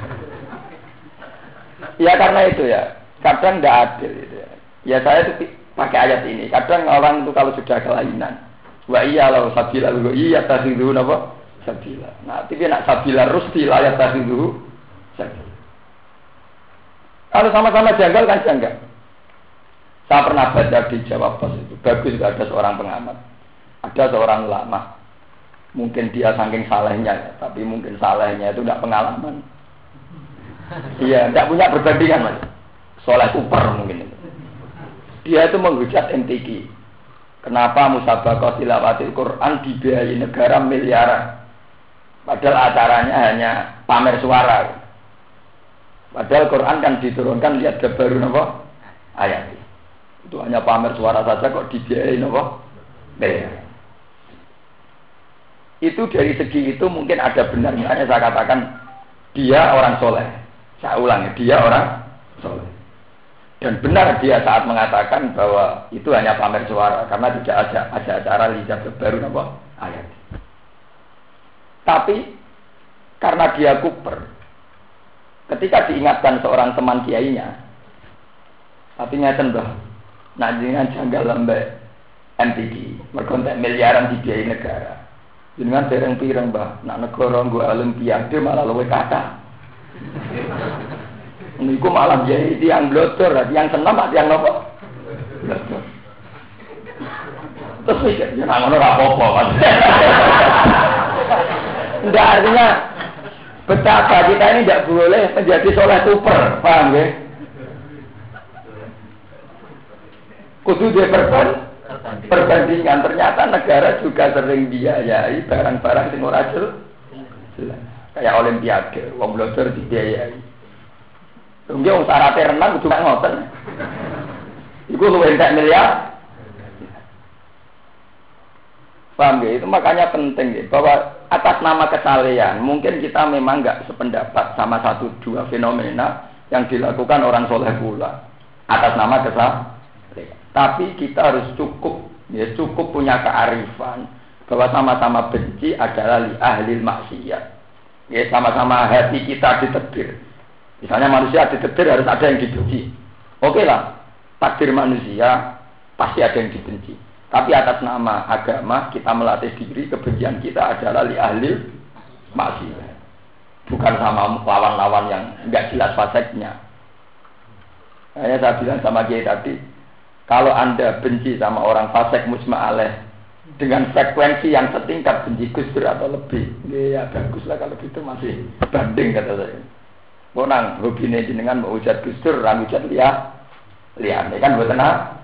Ya karena itu ya, kadang enggak adil gitu ya. Ya saya itu pakai ayat ini. Kadang orang itu kalau sudah kelainan, wa iya law sabila wa iya tahidu napa? Sabila. Nah, tapi nak sabila rusdi la ya tahidu sabila. Kalau sama-sama janggal kan janggal. Saya pernah baca di Jawa Pos itu. Bagus juga ada seorang pengamat. Ada seorang ulama. Mungkin dia saking salehnya ya, tapi mungkin salehnya itu tidak pengalaman. Iya, tidak punya perbandingan Mas. Soleh super mungkin itu. Dia itu menghujat M T Q. Kenapa musabaqah tilawatil Quran dibiayai negara miliaran? Padahal acaranya hanya pamer suara. Padahal Quran kan diturunkan lihat baru napa ayat. Itu hanya pamer suara saja kok dibiayai napa? Bayar. Itu dari segi itu mungkin ada benar. Misalnya saya katakan dia orang soleh. Saya ulangi, dia orang soleh. Dan benar dia saat mengatakan bahwa itu hanya pamer suara karena tidak ada ada acara lihat baru napa ayat. Tapi karena dia kuper, ketika diingatkan seorang teman kiainya, tapi ngeten Mbah, nak jenengan janggal lembe M T D, mergo entek miliaran dibiayai negara. Jenengan dereng pireng Mbah, nak negara nggo olimpiade malah luwih kathah. Niku malah jadi tiang blotor, tiang senam, tiang nopo. Terus mikir, ya ngono ora apa-apa kan. Enggak, artinya betapa kita ini tidak boleh menjadi soleh super, paham ya? Kudu dia perban, perbandingan. Ternyata negara juga sering biayai barang-barang sing ora jelas. Kayak olimpiade, wong blotor dibiayai. Tunggu syaratnya renang kudu ngoten. Iku luwih entek miliar. Paham ya? Itu makanya penting ya, bahwa atas nama kesalehan mungkin kita memang enggak sependapat sama satu dua fenomena yang dilakukan orang soleh pula atas nama kesalehan. Tapi kita harus cukup ya cukup punya kearifan bahwa sama-sama benci adalah li ahlil maksiat. Ya sama-sama hati kita ditebir. Misalnya manusia ditebir harus ada yang dibenci. Oke lah, takdir manusia pasti ada yang dibenci. Tapi atas nama agama kita melatih diri kebencian kita adalah li ahli maksiat. Bukan sama lawan-lawan yang enggak jelas faseknya. Hanya saya bilang sama Kiai tadi, kalau Anda benci sama orang fasek musma alaih dengan frekuensi yang setingkat benci Gus Dur atau lebih, ya bagus lah kalau gitu masih banding kata saya. Mau nang hobi ini jenengan mau ujar Gus Dur, orang ujar lihat, lihat, kan buat tenang.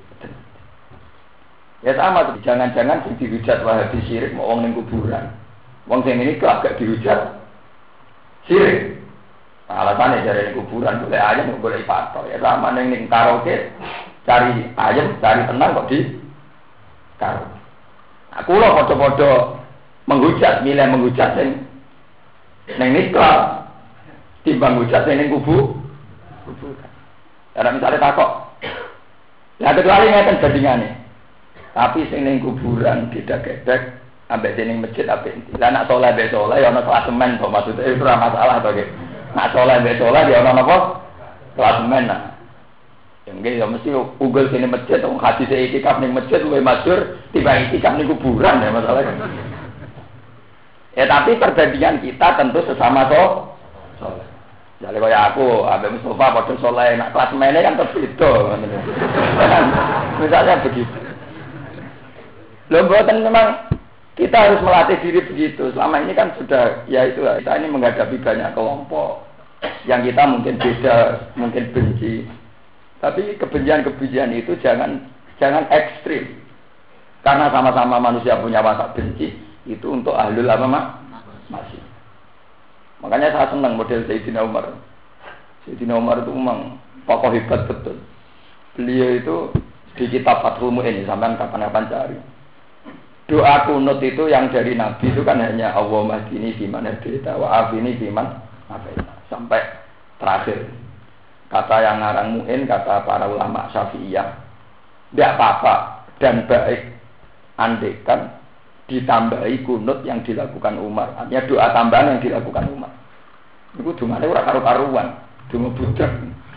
Ya sama, jangan-jangan sing dihujat Wahabi syirik mau wong ning kuburan. Wong sing ini kok agak dihujat syirik. Nah, alasannya dari kuburan boleh ayam, boleh patok. Ya sama ning ning karaoke cari ayam, cari tenang kok di karaoke. Aku loh podo-podo menghujat, milih menghujat sing ning nikah. Timbang hujat ning kubu kuburan. Karena misalnya takok. Ya kecuali ngeten bandingane. Tapi sing ning kuburan gedek-gedek ambek ning masjid apik. Lah nak saleh be saleh ya ana klasemen kok maksudnya itu ora masalah to nggih. Nak saleh be saleh ya ana napa? Klasemen. Ya nggih ya mesti unggul sini masjid wong hadis itikaf ning masjid luwih masyhur timbang itikaf ning kuburan ya masalah. Ya tapi perbandingan kita tentu sesama so saleh. Jadi kaya aku, Abang Mustafa pada soleh, nak kelas mainnya kan terbeda. Misalnya begitu. Loh, buatan memang kita harus melatih diri begitu. Selama ini kan sudah, ya itu kita ini menghadapi banyak kelompok yang kita mungkin beda, mungkin benci. Tapi kebencian-kebencian itu jangan jangan ekstrim. Karena sama-sama manusia punya watak benci, itu untuk ahlul apa mak? Masih. Makanya saya senang model Sayyidina Umar. Sayyidina Umar itu memang tokoh hebat betul. Beliau itu di kitab Fathul Mu'in, sampai kapan-kapan cari. Doa kunut itu yang dari Nabi itu kan hanya Allahumma hdini fiman hadaita wa afini fiman afaita. Sampai terakhir. Kata yang ngarang Mu'in, kata para ulama Syafi'iyah, tidak apa-apa dan baik andaikan ditambahi kunut yang dilakukan Umar. Artinya doa tambahan yang dilakukan Umar. Itu dungane ora karu-karuan, donga budak.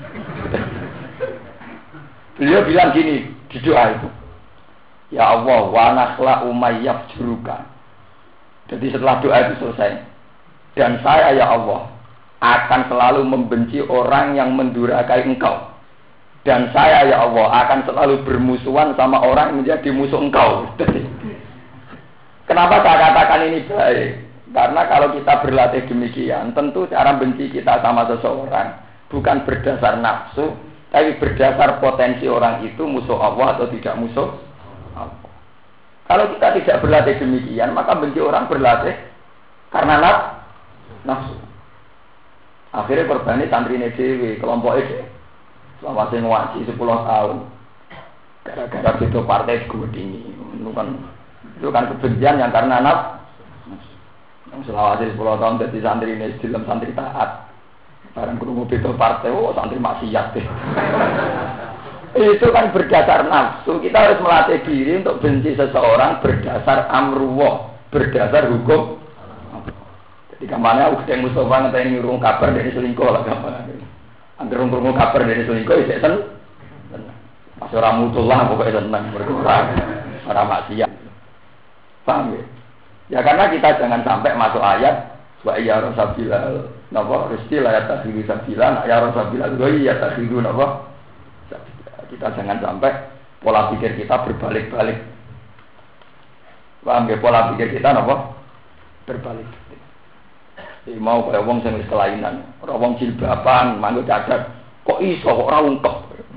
Beliau bilang gini di doa itu. Ya Allah, wa nakhla umayyab juruka. Jadi setelah doa itu selesai. Dan saya ya Allah akan selalu membenci orang yang mendurhakai engkau. Dan saya ya Allah akan selalu bermusuhan sama orang yang menjadi musuh engkau. Kenapa saya katakan ini baik? Karena kalau kita berlatih demikian, tentu cara benci kita sama seseorang bukan berdasar nafsu, tapi berdasar potensi orang itu musuh Allah atau tidak musuh Allah. Kalau kita tidak berlatih demikian, maka benci orang berlatih karena nafsu. Akhirnya korban ini santrine dhewe, kelompok itu selama saya ngaji sepuluh tahun. Gara-gara beda partai gue ini, itu kan itu kan kebencian yang karena naf. Yang selawasi sepuluh tahun jadi santri ini dalam santri taat. Barang kerungu beda partai, oh santri maksiat deh. Itu kan berdasar nafsu. Kita harus melatih diri untuk benci seseorang berdasar amruwah, berdasar hukum. Jadi kampanye aku yang Mustafa ngeteni ngurung kabar dari selingkuh lah kampanye. Angger ngurung kabar dari selingkuh ya sen. Pas ora mutullah pokoknya seneng berkurang. Ora maksiat. Paham ya? Ya karena kita jangan sampai masuk ayat wa ya rasabilal napa rezeki la ya takhiru sabila ya rasabilal wa ya takhiru napa. Kita jangan sampai pola pikir kita berbalik-balik. Paham ya pola pikir kita napa? Berbalik. Jadi mau kaya wong sing wis kelainan, ora wong jilbaban, manggo cacat, kok iso kok ora ungkep.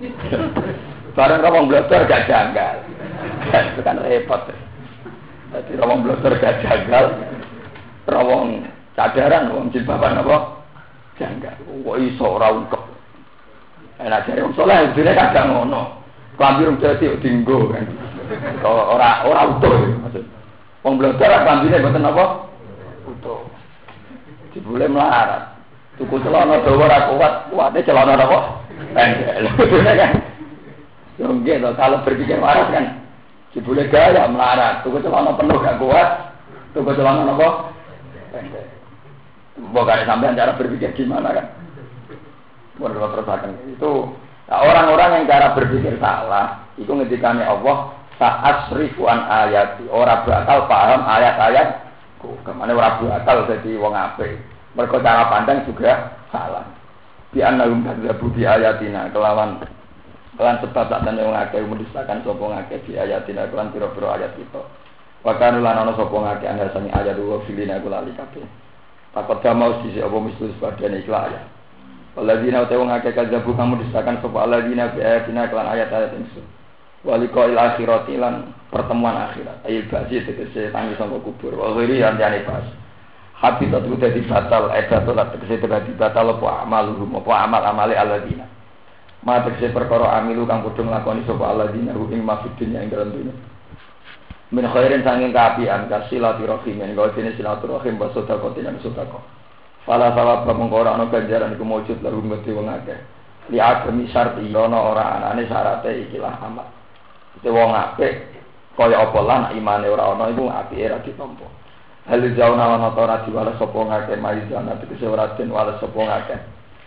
Bareng wong blotor gak janggal. Itu kan repot. Jadi rawong blotor gak janggal, rawong cadaran, rawong jilbaban apa? Janggal. Kok iso ora ungkep. Enak jare wong saleh dene kadang ngono. Klambi rung dadi dinggo kan. Ora ora utuh maksud. Wong blotor klambine mboten apa? Utuh. Dibule melarat. Tuku celana dawa ora kuat, kuwate celana apa? Pendek. Dene kan. Yo nggih to kalau berpikir waras kan. Dibule gaya melarat, tuku celana penuh gak kuat, tuku celana apa? Pendek. Bukan sampean cara berpikir gimana kan? Menurut perasaan itu nah, orang-orang yang cara berpikir salah, itu ngedikane Allah saat seribuan ayat, orang bakal paham ayat-ayatku. Kemana orang bakal jadi wong apik. Mereka cara pandang juga salah. Bi annahum kadzabu bi ayatina kelawan kelan sebab tak tanda wong akeh mendustakan sapa ngakeh di ayatina kelan pira-pira ayat kita. Wa kana lan ana sapa ngakeh anasane ayat wa filina kula ali kabeh. Takut damau sisi apa mistus padane ikla ayat. Waladina utawa ngakeh kadzabu kamu mendustakan sapa aladina bi ayatina kelan ayat-ayat ingsun. Walikal akhirati lan pertemuan akhirat. Ayil basi tegese tangi sangka kubur. Wa ghairi antane pas. Habitat udah dibatal, edatul tegese dadi batal apa amaluhum apa amal amale aladina. Matekse perkara amilu kang padha nglakoni sapa alladzina hu ing mafid dunya ing dalem dunya. Min khairin sanging kaapian kasilati-rahim ing gawene silaturahim wa sedekah lan sedekah. Fala sawab mengko ora ana ganjaran iku mujud lalu mesti wong akeh. Li agami syarti ana ora anane syarate ikilah amal. Itu wong apik kaya apa lan imane ora ana iku apike ra ditampa. Hal jauna ana ora diwales sapa ngakeh mari jana tegese ora den wales sapa ngakeh.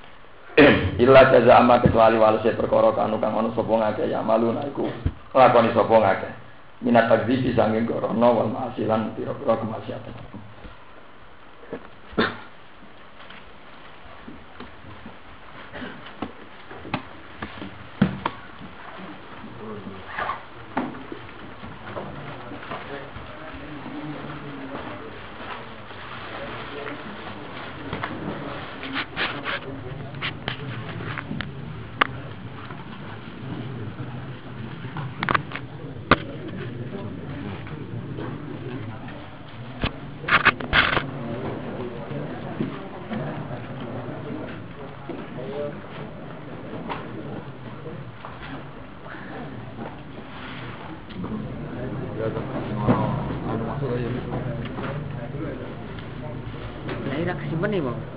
Illa jaza amma kecuali walase perkara kanu kang ana sapa ngake ya maluna iku lakoni sapa ngake minat takdzibi sanging gorono wal masilan pira-pira kemaksiatan. Nah, ini rak simpen nih, Bang.